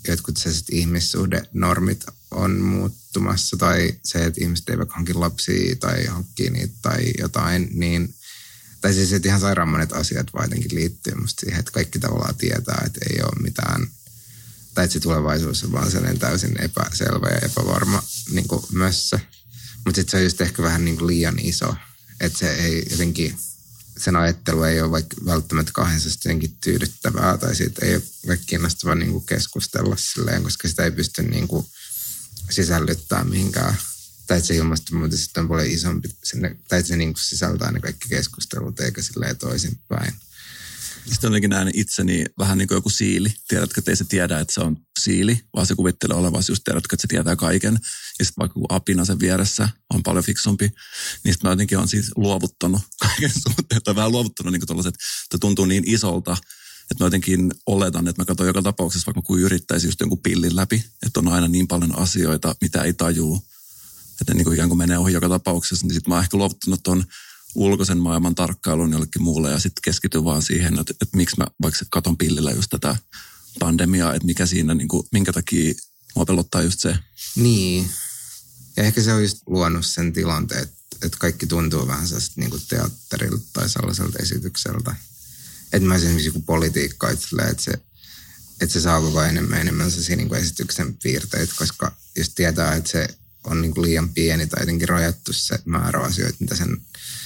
jotkut sellaiset ihmissuhdenormit on muuttumassa tai se, että ihmiset eivät hanki lapsia tai hankkii niitä tai jotain, niin tai siis, että ihan sairaan monet asiat vaan jotenkin liittyy musta siihen, että kaikki tavallaan tietää, että ei ole mitään, tai että se tulevaisuus on vaan sellainen täysin epäselvä ja epävarma niin kuin mössö. Mutta sitten se on just ehkä vähän niin kuin liian iso, että se ei jotenkin, sen ajattelu ei ole vaikka välttämättä kahdensa jotenkin tyydyttävää tai siitä ei ole vaikka kiinnostavaa niin kuin keskustella silleen, koska sitä ei pysty niin kuin sisällyttämään mihinkään. Tai että se ilmastonmuutos sitten on paljon isompi, sinne, tai että se niin kuin sisältää ne kaikki keskustelut eikä silleen toisinpäin. Sitten jotenkin näen itseni vähän niin kuin joku siili. Tiedätkö, että ei se tiedä, että se on siili, vaan se kuvittelee olevansa just tiedätkö, että se tietää kaiken. Ja sitten vaikka kun apina sen vieressä on paljon fiksumpi, niin sitten mä jotenkin olen siis luovuttanut kaiken suhteen. Tai vähän luovuttanut niin kuin tuollaiset, että tuntuu niin isolta, että mä jotenkin oletan, että mä katson joka tapauksessa, vaikka kun yrittäisi just jonkun pillin läpi, että on aina niin paljon asioita, mitä ei tajuu, että niin kuin ikään kuin menee ohi joka tapauksessa, niin sitten mä oon ehkä luovuttanut tuon ulkoisen maailman tarkkailun jollekin muulle ja sitten keskityn vaan siihen, että, että miksi mä vaikka katon pillillä just tätä pandemiaa, että mikä siinä, niin kuin, minkä takia mua pelottaa just se. Niin, ja ehkä se on just luonut sen tilanteen, että, että kaikki tuntuu vähän sellaiselta niin kuin teatterilta tai sellaiselta esitykseltä. Että mä esimerkiksi joku politiikka, että se, että se saa koko ajan enemmän enemmän sellaisia niin kuin esityksen piirteitä, koska just tietää, että se on niin kuin liian pieni tai jotenkin rajattu se määrä asioita, mitä sen,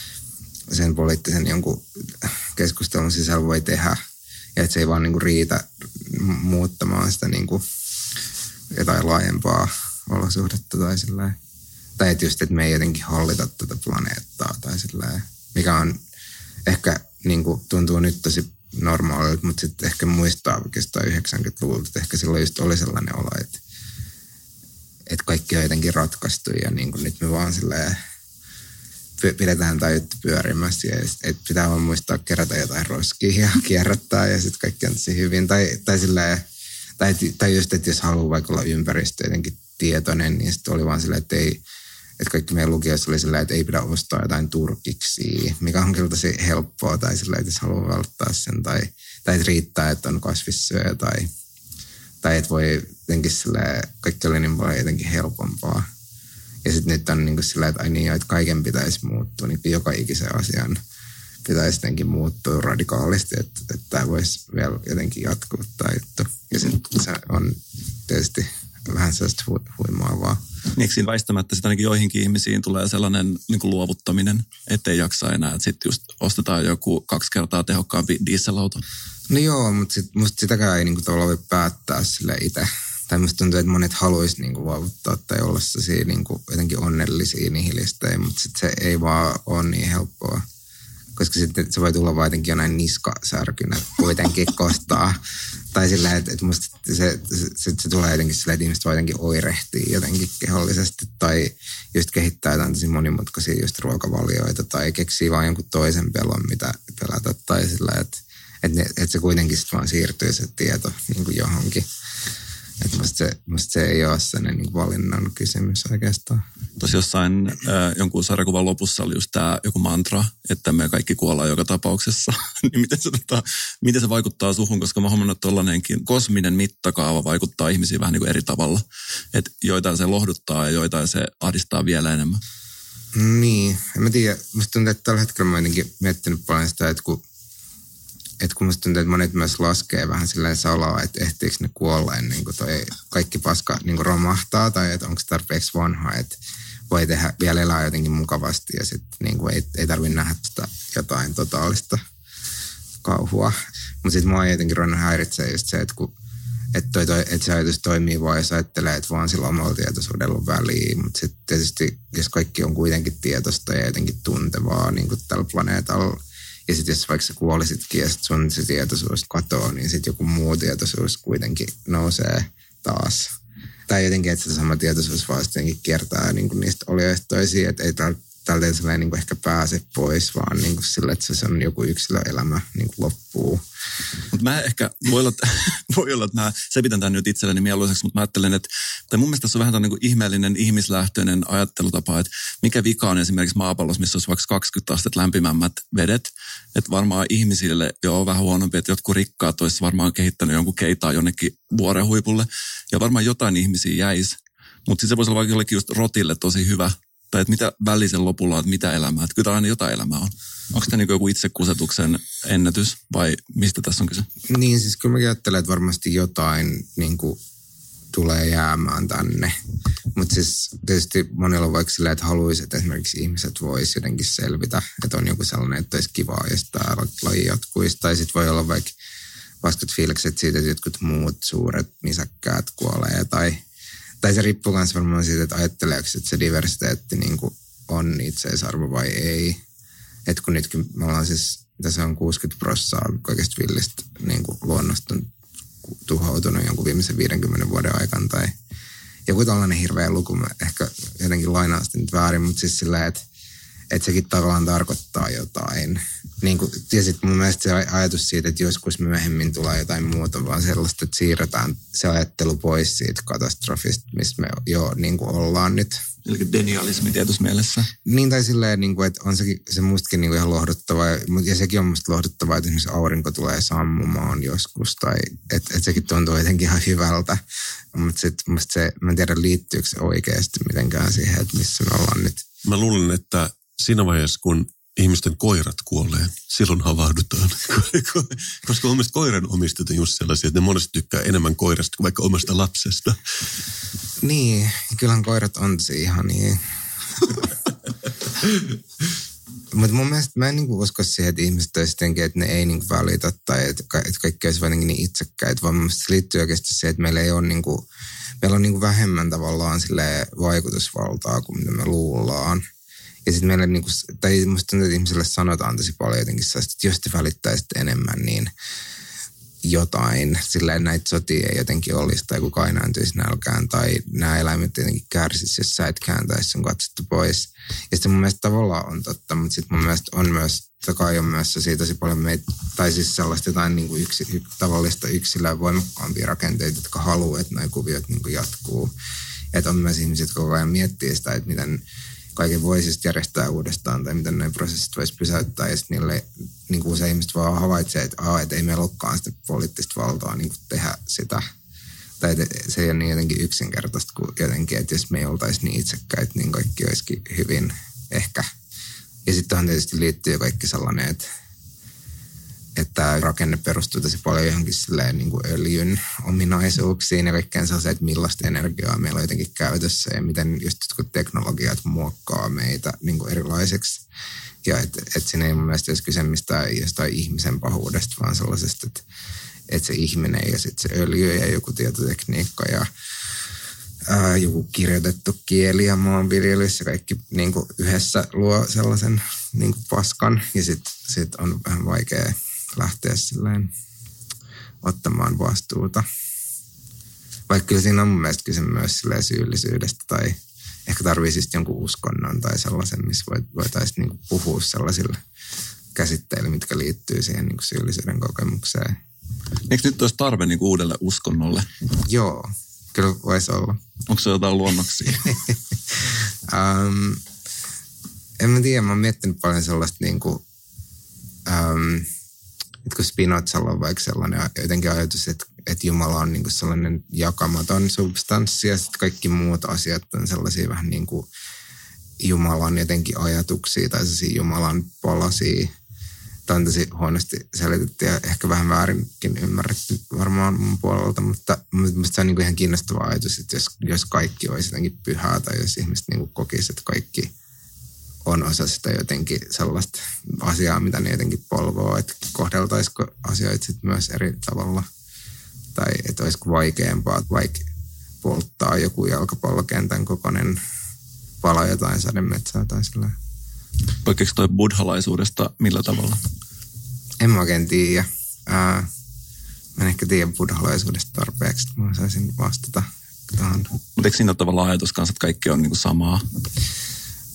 sen poliittisen jonkun keskustelun sisällä voi tehdä. Ja että se ei vaan niin kuin riitä muuttamaan sitä niin kuin jotain laajempaa olosuhdetta tai silleen. Tai että just, että me ei jotenkin hallita tätä planeettaa tai silleen, mikä on ehkä niin kuin tuntuu nyt tosi normaalilta, mutta sitten ehkä muistaa oikeastaan yhdeksänkymmentäluvulta, että ehkä silloin just oli sellainen olo, että että kaikki on jotenkin ratkaistu ja niin kuin nyt me vaan silleen pidetään tämä juttu pyörimässä ja että pitää vaan muistaa kerätä jotain roskia ja kierrättää ja sitten kaikki on tosi hyvin. Tai, tai, silleen, tai, tai just, että jos haluaa vaikka olla ympäristö jotenkin tietoinen, niin sitten oli vaan silleen, että, ei, että kaikki meidän lukijoissa oli silleen, että ei pidä ostaa jotain turkiksia, mikä on kyllä tosi helppoa tai silleen, että jos haluaa välttää sen tai, tai että riittää, että on kasvissyöjä tai Tai että voi jotenkin silleen, kaikki oli niin paljon jotenkin helpompaa. Ja sitten nyt on niin kuin silleen, että ai niin, että kaiken pitäisi muuttua, niin joka ikisen asian pitäisi jotenkin muuttua radikaalisti, että, että tämä voisi vielä jotenkin jatkuu tai juttu. Ja sitten se on tietysti vähän sellaista hu- huimaavaa. Eikö siinä väistämättä sitten ainakin joihinkin ihmisiin tulee sellainen niin kuin luovuttaminen, ettei jaksa enää, että sitten just ostetaan joku kaksi kertaa tehokkaampi dieselauto? No joo, mutta sit, musta sitäkään ei niinku tavallaan voi päättää sille itse. Tai musta tuntuu, että monet haluaisi niinku luovuttaa tai olla sellaisia niinku jotenkin onnellisia nihilistejä, mutta sit se ei vaan ole niin helppoa. Koska sitten se voi tulla vaan jotenkin jonain niskasärkynä kuitenkin kostaa. Tai sillä, että, että musta se, se, se, se tulee jotenkin sillä, että ihmiset voi jotenkin oirehtia jotenkin kehollisesti. Tai just kehittää jotain tosi monimutkaisia just ruokavalioita. Tai keksii vaan jonkun toisen pelon, mitä pelätä. Tai sillä, että Että et se kuitenkin sitten vaan siirtyy se tieto niin kuin johonkin. Että musta se, musta se ei ole sellainen niin valinnan kysymys oikeastaan. Tuossa jossain äh, jonkun sarjakuvan lopussa oli just tämä joku mantra, että me kaikki kuollaan joka tapauksessa. Niin miten se, tota, miten se vaikuttaa suhun, koska mä huomannut, että tollainenkin kosminen mittakaava vaikuttaa ihmisiin vähän niin kuin eri tavalla. Että joitain se lohduttaa ja joitain se ahdistaa vielä enemmän. Niin, en mä tiedä. Musta tuntuu, että tällä hetkellä mä oon jotenkin miettinyt paljon sitä, että kun Että kun musta tuntuu, että monet myös laskee vähän silleen salaa, että ehtiikö ne kuolla ennen kuin toi kaikki paska niin kuin romahtaa, tai että onko tarpeeksi vanha, että voi tehdä, vielä elää jotenkin mukavasti ja sitten niin kuin ei, ei tarvitse nähdä sitä jotain totaalista kauhua. Mutta sitten mua jotenkin ruvennut häiritsee just se, että, kun, että, toi, toi, että se ajatus toimii vaan, jos ajattelee, että vaan sillä omalla tietoisuudella on väliä. Mutta sitten tietysti, jos kaikki on kuitenkin tietoista ja jotenkin tuntevaa niin kuin tällä planeetalla, ja sitten jos vaikka sä kuolisitkin ja sit sun se tietoisuus katoaa, niin sitten joku muu tietoisuus kuitenkin nousee taas. Tai jotenkin, että se sama tietoisuus vaan jotenkin kiertää niin kuin niistä olioista toisiin, että ei tar- täältä ei sellainen niin kuin ehkä pääse pois, vaan niin kuin sille, että se on joku yksilöelämä niin kuin loppuu. Mutta mä ehkä, voi olla, voi olla, että mä sepitän tämän nyt itselleni mieluiseksi, mutta mä ajattelen, että tai mun mielestä tässä on vähän tämmöinen niin ihmeellinen ihmislähtöinen ajattelutapa, että mikä vika on esimerkiksi maapallossa, missä olisi vaikka kaksikymmentä astetta lämpimämmät vedet, että varmaan ihmisille jo on vähän huonompi, että jotkut rikkaat olisi varmaan kehittänyt jonkun keitaa jonnekin vuoren huipulle, ja varmaan jotain ihmisiä jäisi, mutta sitten se voisi olla vaikka jollekin just rotille tosi hyvä, tai että mitä välisen lopulla on, että mitä elämää, että kyllä aina jotain elämää on. Onko tämä niin joku itsekusetuksen ennätys vai mistä tässä on kyse? Niin, siis kyllä mä ajattelen, että varmasti jotain niin kuin, tulee jäämään tänne. Mutta siis tietysti monella on vaikka silleen, että haluaisi, että esimerkiksi ihmiset vois jotenkin selvitä, että on joku sellainen, että olisi kivaa, jos tämä laji jatkuisi. Tai sitten voi olla vaikka vastat fiilikset siitä, että jotkut muut suuret nisäkkäät kuolee. Tai, tai se riippuu myös varmaan siitä, että ajatteleeko, että se diversiteetti niin kuin on itseisarvo vai ei. Että kun nytkin me ollaan siis, tässä on kuusikymmentä prosenttia kaikesta villistä niin kuin luonnosta tuhoutunut jonkun viimeisen viidenkymmenen vuoden aikana tai joku tällainen hirveä luku. Mä ehkä jotenkin lainaan sitä nyt väärin, mutta siis silleen, että, että sekin tavallaan tarkoittaa jotain. Niin kuin, ja sitten mun mielestä se ajatus siitä, että joskus myöhemmin tulee jotain muuta, vaan sellaista, että siirretään se ajattelu pois siitä katastrofista, missä me jo niin kuin ollaan nyt. Eli denialismi tietyssä mielessä. Niin, tai silleen, niin kuin, että on sekin, se mustakin niin kuin ihan lohduttavaa. Ja sekin on musta lohduttavaa, että esimerkiksi aurinko tulee sammumaan joskus. Tai että et sekin tuntuu jotenkin ihan hyvältä. Mutta sitten musta se, mä en tiedä liittyykö se oikeasti mitenkään siihen, että missä me ollaan nyt. Mä luulen, että siinä vaiheessa, kun ihmisten koirat kuolee, silloin havahdutaan. Koska mun mielestä koiran omistajat on just sellaisia, että ne monesti tykkää enemmän koirasta kuin vaikka omasta lapsesta. Niin, kyllähän koirat on tosi ihania. Mutta mun mielestä mä en niinku usko siihen, että ihmiset olisi jotenkin, että ne ei niinku välitä tai että, ka- että kaikki olisi jotenkin niin itsekkäitä, vaan mun mielestä se liittyy oikeasti siihen, että meillä ei ole niinku, meillä on niinku vähemmän tavallaan silleen vaikutusvaltaa kuin mitä me luullaan. Ja sitten meillä niinku, tai musta tuntuu, että ihmisille sanotaan tosi paljon jotenkin sellaista, että jos te välittäisitte enemmän, niin jotain, silleen näitä sotia ei jotenkin olisi, tai kukaan ei nääntyisi nälkään, tai nämä eläimet jotenkin kärsisi, jos sä et kääntäisi sun katsottu pois. Ja sitten mun mielestä tavallaan on totta, mutta sitten mun mielestä on myös, takai on myös siitä tosi paljon meitä, tai siis sellaista jotain niin kuin yksi, y, tavallista yksilöä voimakkaampia rakenteita, jotka haluaa, että nämä kuviot niin kuin jatkuu. Että on myös ihmisiä, jotka koko ajan miettii sitä, että miten kaiken voisi järjestää uudestaan tai miten nämä prosessit voisi pysäyttää. Ja sitten niille niin kuin usein ihmiset vaan havaitsee, että, aa, että ei meillä olekaan sitä poliittista valtaa niin kuin tehdä sitä. Tai se ei ole niin jotenkin yksinkertaista kuin jotenkin, että jos me ei oltaisi niin itsekkäitä, niin kaikki olisikin hyvin ehkä. Ja sitten tietysti liittyy kaikki sellainen, että että tämä rakenne perustuu tosi paljon johonkin silleen niin kuin öljyn ominaisuuksiin ja kaikkeen sellaiseen, että millaista energiaa meillä on jotenkin käytössä ja miten just jotkut teknologiat muokkaa meitä niin kuin erilaiseksi. Ja että et siinä ei mun mielestä olisi kyse mistään jostain ihmisen pahuudesta, vaan sellaisesta, että, että se ihminen ja sitten se öljy ja joku tietotekniikka ja ää, joku kirjoitettu kieli ja maanviljelys ja kaikki niin kuin yhdessä luo sellaisen niin kuin paskan ja sitten sit on vähän vaikea lähteä silleen ottamaan vastuuta. Vaikka kyllä siinä on mun mielestä kyse myös silleen syyllisyydestä tai ehkä tarvii siis jonkun uskonnon tai sellaisen, missä voitaisiin niinku puhua sellaisilla käsitteillä, mitkä liittyy siihen niinku syyllisyyden kokemukseen. Eikö nyt olisi tarve niinku uudelle uskonnolle? Joo, kyllä voisi olla. Onko se jotain luonnoksia? um, en mä tiedä, mä oon miettinyt paljon sellaista niinku um, että kun Spinozalla on vaikka sellainen jotenkin ajatus, että, että Jumala on niin kuin sellainen jakamaton substanssi ja sitten kaikki muut asiat on sellaisia vähän niin kuin Jumalan jotenkin ajatuksia tai sellaisia Jumalan palasia. Tämä on tosi huonosti selitetty ja ehkä vähän väärinkin ymmärretty varmaan mun puolelta, mutta minusta se on niin kuin ihan kiinnostava ajatus, että jos, jos kaikki olisi jotenkin pyhää tai jos ihmiset niin kuin kokisi, että kaikki on osa sitä jotenkin sellaista asiaa, mitä ne jotenkin polvoo, että kohdeltaisiko asioita sitten myös eri tavalla. Tai että olisiko vaikeampaa vaikka polttaa joku jalkapallokentän kokoinen pala jotain sademetsää tai sellainen. Poikkeeko toi buddhalaisuudesta millä tavalla? En mä oikein tiedä. Ää, mä en ehkä tiedä buddhalaisuudesta tarpeeksi, että mä saisin vastata tähän. Mutta eikö siinä ole tavallaan ajatus kanssa, että kaikki on niinku samaa?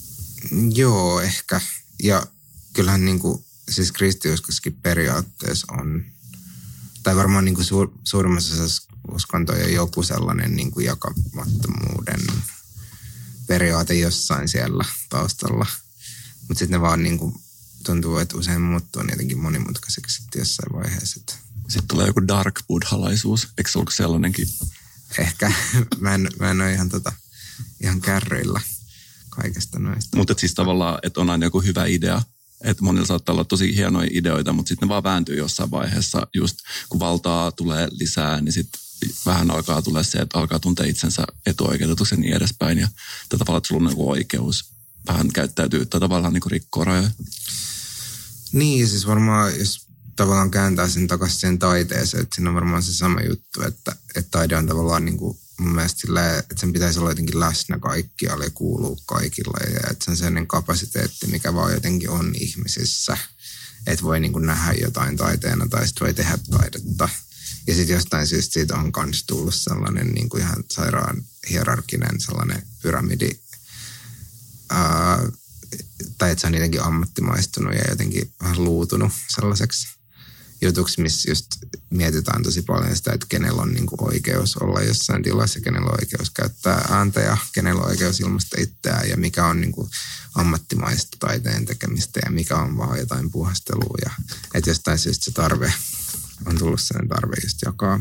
Joo, ehkä. Ja kyllähän niin kuin, siis kristiuskoskin periaatteessa on, tai varmaan niin kuin suur, suurimmassa osassa uskontoja joku sellainen niin kuin jakamattomuuden periaate jossain siellä taustalla. Mutta sitten ne vaan niin kuin tuntuu, että usein muuttuu jotenkin monimutkaiseksi jossain vaiheessa. Sitten tulee joku dark buddhalaisuus. Eikö se ollut sellainenkin? Ehkä. Mä en, mä en ole ihan, tota, ihan kärryillä kaikesta noista. Mutta siis tavallaan, että on aina joku hyvä idea. Että monilla saattaa olla tosi hienoja ideoita, mutta sitten ne vaan vääntyy jossain vaiheessa. Just kun valtaa tulee lisää, niin sitten vähän alkaa tulla se, että alkaa tuntea itsensä etuoikeutetuksi ja niin edespäin. Ja tätä tavalla, että sulla on joku oikeus vähän käyttäytyy tai tavallaan niin kuin rikkoo rajoja. Niin, siis varmaan jos tavallaan kääntää sen takaisin sen taiteeseen, että siinä on varmaan se sama juttu, että, että taide on tavallaan niin kuin mun mielestä silleen, että sen pitäisi olla jotenkin läsnä kaikkialle ja kuuluu kaikille ja että se on sellainen kapasiteetti, mikä vaan jotenkin on ihmisissä, että voi niin kuin nähdä jotain taiteena tai sitten voi tehdä taidetta. Ja sitten jostain syystä siitä on myös tullut sellainen niin kuin ihan sairaan hierarkinen sellainen pyramidi, ää, tai että se on jotenkin ammattimaistunut ja jotenkin vähän luutunut sellaiseksi jutuksi, missä just mietitään tosi paljon sitä, että kenellä on niin kuin oikeus olla jossain tilassa, kenellä on oikeus käyttää ääntä ja kenellä on oikeus ilmaista itseään ja mikä on niin kuin ammattimaista taiteen tekemistä ja mikä on vaan jotain puhastelua. Ja että jostain syystä se tarve on tullut sellainen tarve just jakaa.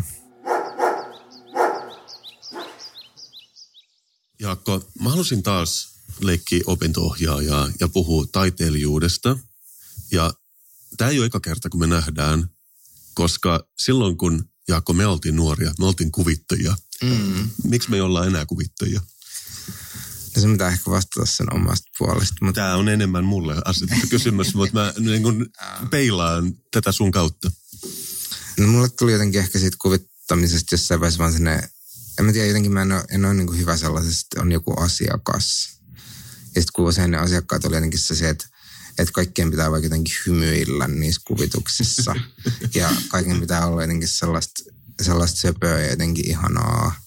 Jaakko, mä halusin taas leikkiä opinto-ohjaajaa ja puhua taiteilijuudesta. Ja tämä ei ole eka kerta, kun me nähdään, koska silloin kun, Jaakko, me oltiin nuoria, me oltiin kuvittajia. Mm. Miksi me ei olla enää kuvittajia? No se pitää ehkä vastata sen omasta puolesta. Mutta... Tämä on enemmän mulle asetettu kysymys, mutta mä niin kun peilaan tätä sun kautta. No mulle tuli jotenkin ehkä siitä kuvittamisesta jossain vaiheessa vaan sellainen, en mä tiedä, jotenkin mä en ole, en ole niin kuin hyvä sellaisesta, että on joku asiakas. Ja sitten kun usein ne asiakkaat oli jotenkin se, että, että kaikkien pitää vaikka jotenkin hymyillä niissä kuvituksissa. Ja kaiken pitää olla jotenkin sellaista, sellaista söpöä ja jotenkin ihanaa.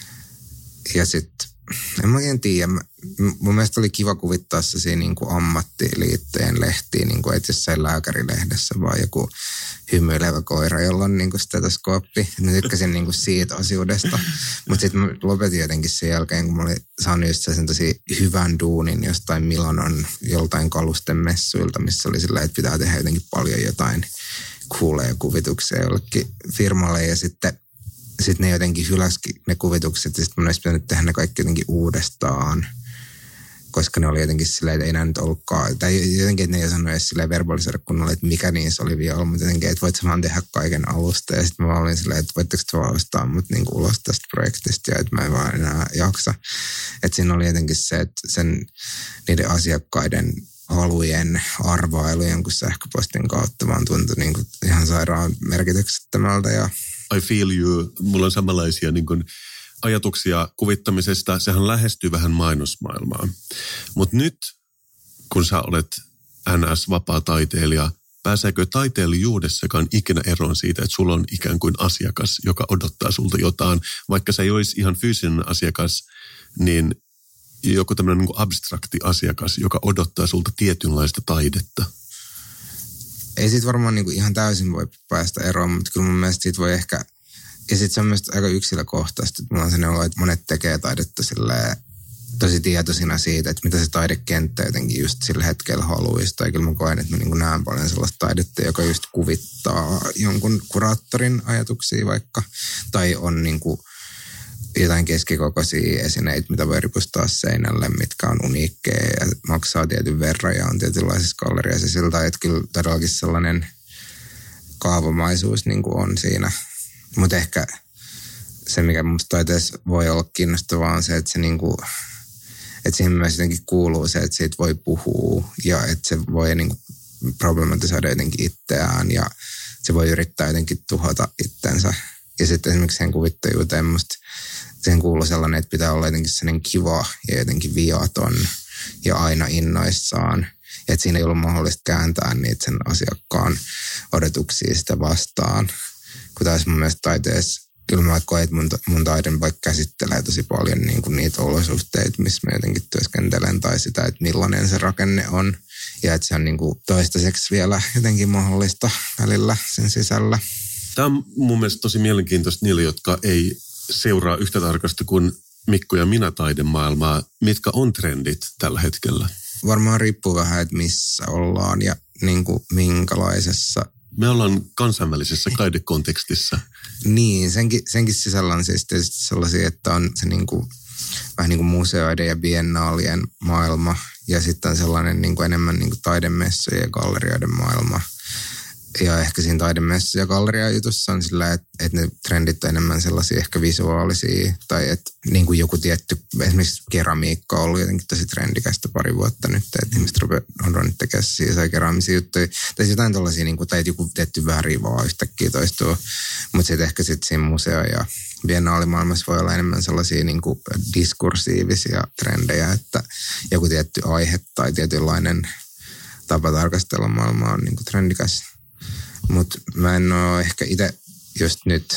Ja sitten, en mä oikein tiedä, mä, mun mielestä oli kiva kuvittaa se siinä niin kuin ammattiliittojen lehtiin, niin kuin, että jossain lääkärilehdessä vaan joku hymyilevä koira, jolla on niin kuin stetoskooppi. Mä tykkäsin niin kuin siitä osuudesta. Mutta sitten mä lopetin jotenkin sen jälkeen, kun mä olin saanut just sen tosi hyvän duunin jostain Milanon joltain kalusten messuilta, missä oli sillä, että pitää tehdä jotenkin paljon jotain cooleja kuvituksia jollekin firmalle. Ja sitten sitten ne jotenkin hyläski ne kuvitukset ja sitten mun olisi pitänyt tehdä ne kaikki jotenkin uudestaan, koska ne oli jotenkin silleen, että ei nämä nyt ollutkaan, tai jotenkin, että ne ei osannut edes silleen verbalisoida kunnolla, että mikä niissä oli vielä, mutta jotenkin, että voit sä vaan tehdä kaiken alusta ja sitten mä olin silleen, että voitteko te vaan ostaa mut niinku ulos tästä projektista ja että mä en vaan enää jaksa. Että siinä oli jotenkin se, että sen niiden asiakkaiden halujen arvailu jonkun sähköpostin kautta vaan tuntui niin kuin ihan sairaan merkityksettömältä ja I feel you. Mulla on samanlaisia niin kuin ajatuksia kuvittamisesta. Sehän lähestyy vähän mainosmaailmaa. Mutta nyt, kun sä olet N S-vapaa taiteilija, pääseekö taiteilijuudessakaan ikinä eroon siitä, että sulla on ikään kuin asiakas, joka odottaa sulta jotain? Vaikka se ei olisi ihan fyysinen asiakas, niin joku tämmöinen niin kuin abstrakti asiakas, joka odottaa sulta tietynlaista taidetta. Ei siitä varmaan niin kuin ihan täysin voi päästä eroon, mutta kyllä mun mielestä siitä voi ehkä, ja sitten se on myös aika yksilökohtaista, että mulla on sellainen olo, että monet tekee taidetta silleen tosi tietoisina siitä, että mitä se taidekenttä jotenkin just sillä hetkellä haluaisi. Tai kyllä mä koen, että mä niin kuin näen paljon sellaista taidetta, joka just kuvittaa jonkun kuraattorin ajatuksia vaikka, tai on niin kuin jotain keskikokoisia esineitä, mitä voi ripustaa seinälle, mitkä on uniikkeja ja maksaa tietyn verran ja on tietynlaisessa galleriassa siltä, että kyllä todellakin sellainen kaavamaisuus niin kuin on siinä. Mutta ehkä se, mikä musta taiteessa voi olla kiinnostavaa, on se, että, se niin kuin, että siihen myös jotenkin kuuluu se, että siitä voi puhua ja että se voi niin kuin problematisoida jotenkin itseään ja se voi yrittää jotenkin tuhota itsensä. Ja sitten esimerkiksi sen kuvittajuuteen musta siihen kuuluu sellainen, että pitää olla jotenkin sellainen kiva ja jotenkin viaton ja aina innoissaan. Että siinä ei ollut mahdollista kääntää niitä sen asiakkaan odotuksia sitä vastaan. Kun taas mun mielestä taiteessa kyllä mä koen, että mun, mun taiden vaikka käsittelee tosi paljon niin kuin niitä olosuhteita, missä mä jotenkin työskentelen, tai sitä, että millainen se rakenne on. Ja että se on niin kuin toistaiseksi vielä jotenkin mahdollista välillä sen sisällä. Tämä on mun mielestä tosi mielenkiintoista niille, jotka ei seuraa yhtä tarkasti kuin Mikko ja minä taidemaailmaa. Mitkä on trendit tällä hetkellä? Varmaan riippuu vähän, että missä ollaan ja niin kuin minkälaisessa. Me ollaan kansainvälisessä taidekontekstissa. Niin, senkin, senkin sisällä on siis tietysti sellaisia, että on se niin kuin, vähän niin kuin museoiden ja biennaalien maailma ja sitten on sellainen niin kuin enemmän niin kuin taidemessujen ja gallerioiden maailma. Ja ehkä siinä taidemessu- ja galleriajutussa on sillä, että, että ne trendit on enemmän sellaisia ehkä visuaalisia. Tai että niin kuin joku tietty, esimerkiksi keramiikka on ollut jotenkin tosi trendikästä pari vuotta nyt. Että ihmiset on ruvennut tekemään siis keraamisia juttuja. Tai jotain tällaisia, niin kuin, tai joku tietty väri vaan yhtäkkiä toistuu. Mutta sitten ehkä sitten siinä museo- ja biennaalimaailmassa voi olla enemmän sellaisia niin kuin diskursiivisia trendejä, että joku tietty aihe tai tietynlainen tapa tarkastella maailmaa on niin kuin trendikäs. Mutta mä en ole ehkä itse just nyt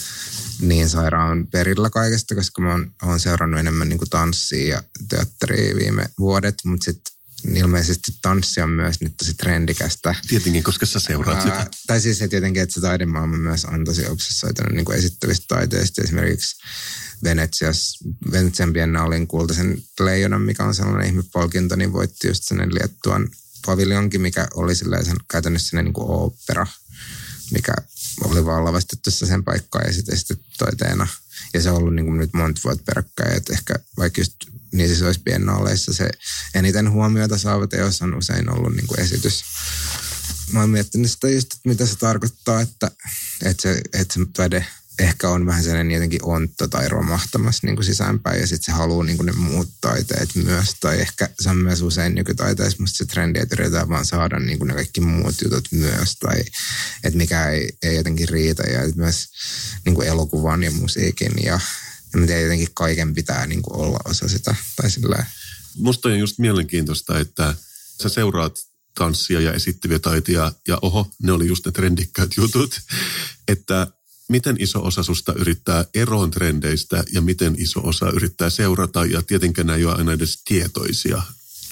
niin sairaan perillä kaikesta, koska mä oon, oon seurannut enemmän niin kuin tanssia ja teatteria viime vuodet, mutta sitten ilmeisesti tanssi on myös nyt tosi trendikästä. Tietenkin, koska sä seuraat sitä. Ää, tai siis että jotenkin, että se taidemaailma myös on tosi obsessoitunut niin kuin esittävistä taiteista. Esimerkiksi Venetsias, Venetsian biennaalin kultaisen leijonan, mikä on sellainen ihmepalkinto, niin voitti just sellainen Liettuan paviljonkin, mikä oli silleen sen, käytännössä sellainen niin kuin ooppera, mikä oli vaan lavastettu sen paikkaan ja sitten esitetty taiteena. Ja se on ollut niin kuin nyt monta vuotta peräkkäin, että ehkä vaikka just niissä isoissa biennaaleissa se eniten huomiota saava teos on usein ollut niin kuin esitys. Mä oon miettinyt sitä just, että mitä se tarkoittaa, että, että, se, että se taide ehkä on vähän sellainen jotenkin ontto tai romahtamassa niin kuin sisäänpäin ja sitten se haluaa niin kuin ne muut taiteet myös. Tai ehkä se on myös usein nykytaiteessa musta se trendi, että yritetään vaan saada niin kuin ne kaikki muut jutut myös. Tai että mikä ei, ei jotenkin riitä ja myös niin kuin elokuvan ja musiikin ja, ja miten jotenkin kaiken pitää niin kuin olla osa sitä. Tai sillä. Musta on just mielenkiintoista, että sä seuraat tanssia ja esittäviä taitia ja oho, ne oli just ne trendikkäät jutut, että miten iso osa susta yrittää eroon trendeistä ja miten iso osa yrittää seurata ja tietenkään nämä ei ole aina edes tietoisia?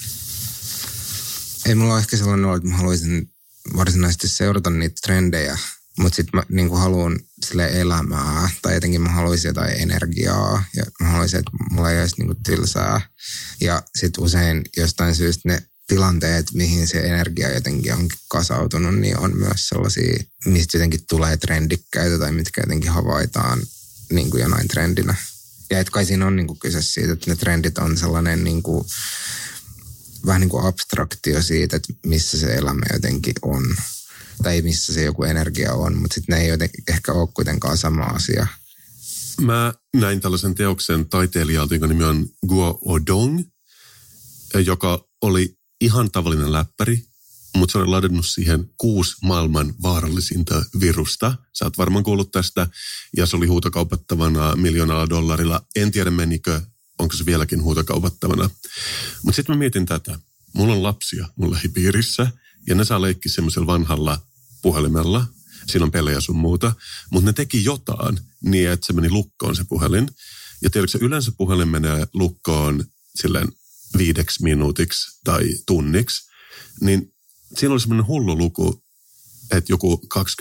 Ei mulla ole ehkä sellainen ollut, että mä haluaisin varsinaisesti seurata niitä trendejä, mutta sitten mä niin kuin haluan sille elämää tai jotenkin mä haluaisin jotain energiaa ja mä haluaisin, että mulla ei olisi niin kuin tylsää. Ja sitten usein jostain syystä ne tilanteet, mihin se energia jotenkin on kasautunut, niin on myös sellaisia, mistä jotenkin tulee trendikkäitä tai mitkä jotenkin havaitaan niin kuin jonain trendinä. Ja että kai siinä on niin kuin kyse siitä, että ne trendit on sellainen niin kuin, vähän niin kuin abstraktio siitä, että missä se elämä jotenkin on. Tai missä se joku energia on, mutta sitten ne ei jotenkin ehkä ole kuitenkaan sama asia. Mä näin tällaisen teoksen taiteilijalta, jonka nimi on Guo Odong, joka oli ihan tavallinen läppäri, mutta se oli ladannut siihen kuusi maailman vaarallisinta virusta. Sä oot varmaan kuullut tästä, ja se oli huutokaupattavana miljoonalla dollarilla. En tiedä menikö, onko se vieläkin huutokaupattavana. Mutta sitten mä mietin tätä. Mulla on lapsia mun lähipiirissä, ja ne saa leikkiä semmoisella vanhalla puhelimella. Siinä on pelejä sun muuta. Mutta ne teki jotain niin, että se meni lukkoon se puhelin. Ja tiedätkö, yleensä puhelin menee lukkoon silleen viideksi minuutiksi tai tunniksi, niin siinä oli semmoinen hullu luku, että joku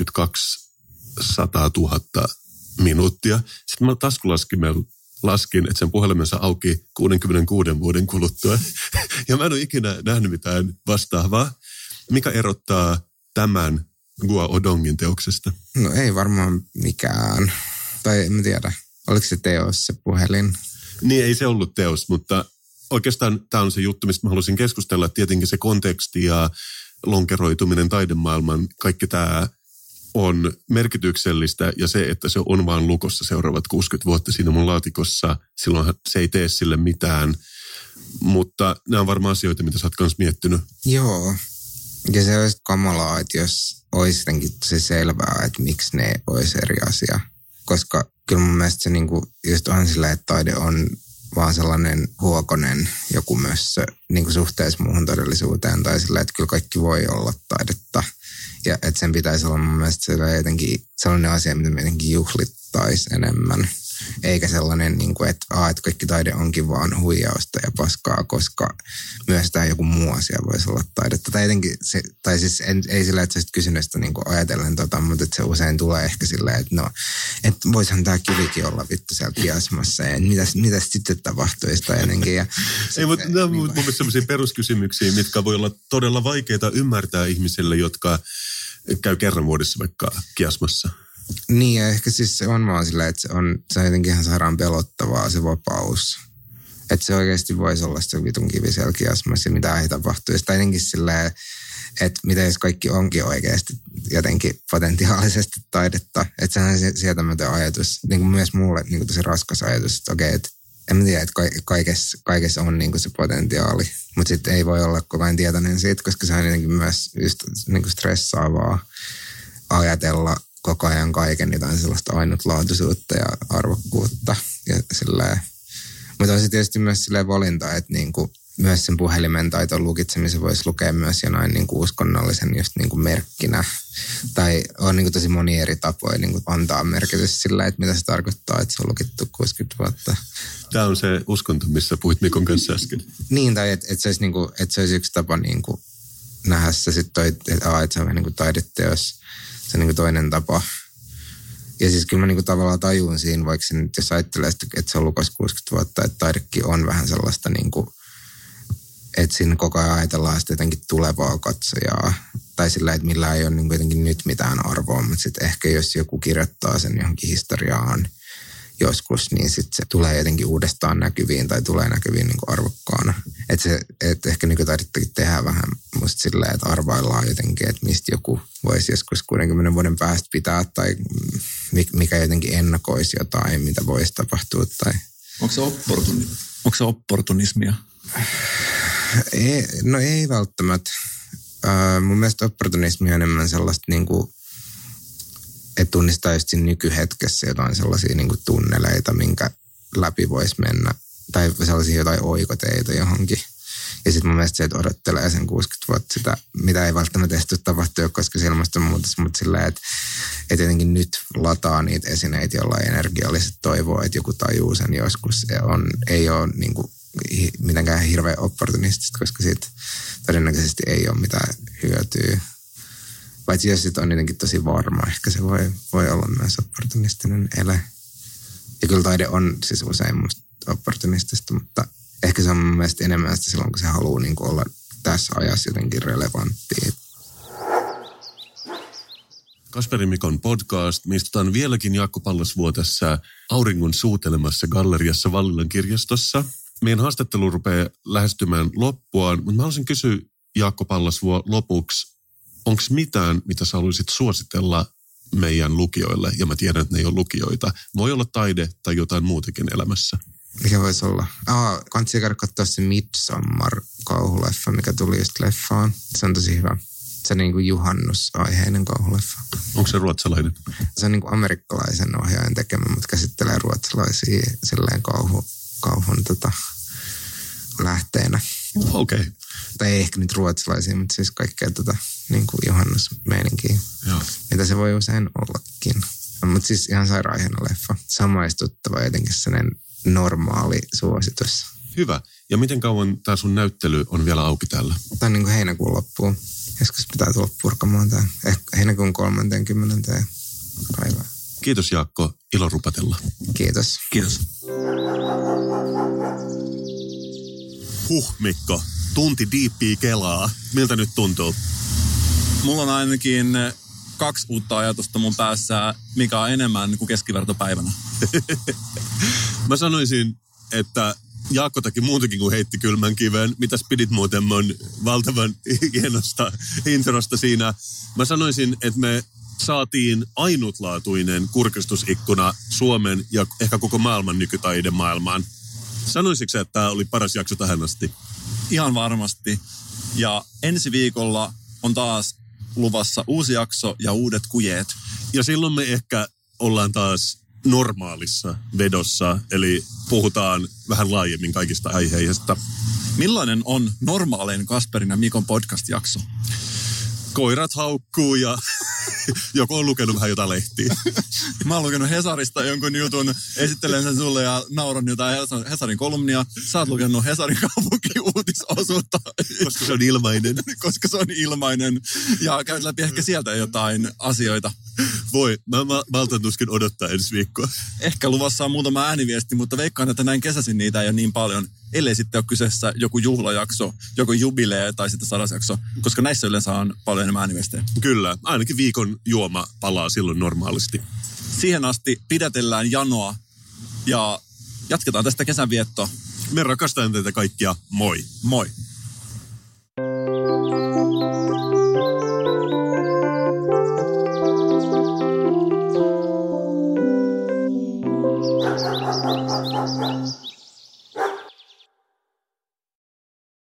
kaksikymmentäkaksisataatuhatta minuuttia. Sitten mä taskulaskimella laskin, että sen puhelimensa auki kuudenkymmenenkuuden vuoden kuluttua. Ja mä en ole ikinä nähnyt mitään vastaavaa. Mikä erottaa tämän Guo Odongin teoksesta? No ei varmaan mikään. Tai en tiedä, oliko se teos se puhelin? Niin ei se ollut teos, mutta oikeastaan tämä on se juttu, mistä mä haluaisin keskustella. Tietenkin se konteksti ja lonkeroituminen taidemaailman, kaikki tämä on merkityksellistä ja se, että se on vaan lukossa seuraavat kuusikymmentä vuotta siinä mun laatikossa, silloin se ei tee sille mitään. Mutta nämä on varmaan asioita, mitä sä oot kanssa miettinyt. Joo, ja se olisi kamalaa, että jos olisi jotenkin tosi selvää, että miksi ne olisi eri asia. Koska kyllä mun mielestä se niinku just on sillä, että taide on vaan sellainen huokonen joku mössö niin kuin suhteessa muuhun todellisuuteen tai sillä, että kyllä kaikki voi olla taidetta. Ja että sen pitäisi olla mun mielestä jotenkin sellainen asia, mitä me jotenkin juhlit, nauhoittaisi enemmän. Eikä sellainen, niin kuin, että, aa, että kaikki taide onkin vaan huijausta ja paskaa, koska myös tämä joku muu asia voisi olla taidetta. Tai, etenkin se, tai siis en, ei sillä, että sä sit kysynyt sitä niin kuin ajatellen, tota, mutta että se usein tulee ehkä silleen, että no, että voisihan tämä kivikin olla vittu siellä kiasmassa ja mitäs, mitäs sitten tapahtuisi tai jotenkin. Ja ei, mutta nämä on mun mielestä sellaisia peruskysymyksiä, mitkä voi olla todella vaikeita ymmärtää ihmisille, jotka käy kerran vuodessa vaikka kiasmassa. Niin, ja ehkä siis se on vaan silleen, että se on, se on jotenkin ihan sairaan pelottavaa se vapaus. Että se oikeasti voisi olla se vitun kivi siellä kiasmassa ja mitä ei tapahtuisi. Tai jotenkin silleen, että mitä jos kaikki onkin oikeasti jotenkin potentiaalisesti taidetta. Että sehän on sietämätön ajatus. Niin kuin myös mulle niin kuin tosi raskas ajatus, että okei, että en tiedä, että kaikessa, kaikessa on niin kuin se potentiaali. Mutta sitten ei voi olla koko ajan tietoinen siitä, koska se on jotenkin myös just niin kuin stressaavaa ajatella koko ajan kaiken jotain sellaista ainutlaatuisuutta ja arvokkuutta. Ja silleen. Mutta on se tietysti myös silleen valinta, että niinku myös sen puhelimen tai tuon lukitsemisen voisi lukea myös jonain niinku uskonnollisen just niinku merkkinä. Tai on niinku tosi moni eri tapoja niinku antaa merkitys silleen, että mitä se tarkoittaa, että se on lukittu kuusikymmentä vuotta. Tämä on se uskonto, missä puhuit Mikon kanssa äsken. Niin, tai että et se, niinku, et se olisi yksi tapa niinku nähdä se sitten, että et se on vähän niin kuin taideteos. Se on niin kuin toinen tapa. Ja siis kyllä mä niin kuin tavallaan tajun siinä, vaikka se nyt, jos ajattelee, että se on lukas kuusikymmentä vuotta, että taidekin on vähän sellaista niin kuin, että siinä koko ajan ajatellaan sitä jotenkin tulevaa katsojaa. Tai sillä, että millään ei ole niin kuin jotenkin nyt mitään arvoa, mutta sitten ehkä jos joku kirjoittaa sen johonkin historiaan joskus, niin sitten se tulee jotenkin uudestaan näkyviin tai tulee näkyviin niin kuin arvokkaana. Että se, että ehkä nykytaidettakin tehdään vähän musta silleen, että arvaillaan jotenkin, että mistä joku voisi joskus kuudenkymmenen vuoden päästä pitää tai mikä jotenkin ennakoisi jotain, mitä voisi tapahtua. Tai... Onko se, opportuni- Onko se opportunismia? Ei, no ei välttämättä. Äh, mun mielestä opportunismi on enemmän sellaista niin kuin että tunnistaa just siinä nykyhetkessä jotain sellaisia niin kuin tunneleita, minkä läpi voisi mennä. Tai sellaisia jotain oikoteita johonkin. Ja sitten mun mielestä se, että odottelee sen kuusikymmentä vuotta sitä, mitä ei välttämättä edes tapahtua, koska se ilmastonmuutos, mutta silleen, että, että jotenkin nyt lataa niitä esineitä jollain energiallisesti toivoa, että joku tajuu sen joskus. Ja on, ei ole niin kuin mitenkään hirveän opportunistista, koska siitä todennäköisesti ei ole mitään hyötyä. Paitsi jos sit on jotenkin tosi varma, ehkä se voi, voi olla myös opportunistinen ele. Ja kyllä taide on siis usein musta opportunistista, mutta ehkä se on mun mielestä enemmän sitä silloin, kun se haluaa niin kuin olla tässä ajassa jotenkin relevanttia. Kasperi Mikon podcast. Me istutaan vieläkin Jaakko Pallasvuo tässä auringon suutelemassa galleriassa Vallilan kirjastossa. Meidän haastattelu rupeaa lähestymään loppuaan, mutta mä haluaisin kysyä Jaakko Pallasvuo lopuksi, onko mitään, mitä sä haluaisit suositella meidän lukijoille? Ja mä tiedän, että ne ei ole lukijoita. Voi olla taide tai jotain muutakin elämässä. Mikä voisi olla? Ah, kannattaa käydä katsoa se Midsommar-kauhuleffa, mikä tuli just leffaan. Se on tosi hyvä. Se on niin kuin juhannusaiheinen kauhuleffa. Onko se ruotsalainen? Se on niin kuin amerikkalaisen ohjaajan tekemä, mutta käsittelee ruotsalaisia silleen kauhu, kauhun tota, lähteenä. Okei. Okay. Tai ei ehkä nyt ruotsalaisia, mutta siis kaikkea tota, niin kuin juhannusmeininkiä. Joo. Mitä se voi usein ollakin. Mutta siis ihan sairaan hieno leffa. Samaistuttava jotenkin sellainen normaali suositus. Hyvä. Ja miten kauan tämä sun näyttely on vielä auki täällä? Tämä on niin kuin heinäkuun loppuun. Joskus pitää tulla purkamaan tämä. Ehkä heinäkuun kolmannenkymmenennen päivää. Kiitos Jaakko. Ilo rupatella. Kiitos. Kiitos. Huh Mikko. Tunti diippiä kelaa. Miltä nyt tuntuu? Mulla on ainakin kaksi uutta ajatusta mun päässä, mikä on enemmän kuin keskivertopäivänä. Mä sanoisin, että Jaakko teki muutakin kuin heitti kylmän kiven. Mitäs pidit muuten mun valtavan hienosta introsta siinä? Mä sanoisin, että me saatiin ainutlaatuinen kurkistusikkuna Suomen ja ehkä koko maailman nykytaidemaailmaan. Sanoisitko, että tämä oli paras jakso tähän asti? Ihan varmasti. Ja ensi viikolla on taas luvassa uusi jakso ja uudet kujeet. Ja silloin me ehkä ollaan taas normaalissa vedossa, eli puhutaan vähän laajemmin kaikista aiheista. Millainen on normaalein Kasperin ja Mikon podcast-jakso? Koirat haukkuu ja Joku on lukenut vähän jotain lehtiä. Mä oon lukenut Hesarista jonkun jutun, esittelen sen sulle ja nauran jotain Hesarin kolumnia. Sä oot lukenut Hesarin kaupunkiuutisosuutta. Koska se on ilmainen. Koska se on ilmainen. Ja käyt läpi ehkä sieltä jotain asioita. Voi, mä, mä maltan tuskin odottaa ensi viikkoa. Ehkä luvassa on muutama ääniviesti, mutta veikkaan, että näin kesäsin niitä ei ole niin paljon. Ellei sitten ole kyseessä joku juhlajakso, joku jubilee tai sitten sadasjakso, koska näissä yleensä on paljon enemmän ääniviestejä. Kyllä, ainakin viikon juoma palaa silloin normaalisti. Siihen asti pidätellään janoa ja jatketaan tästä kesänviettoa. Me rakastamme teitä kaikkia, moi! Moi!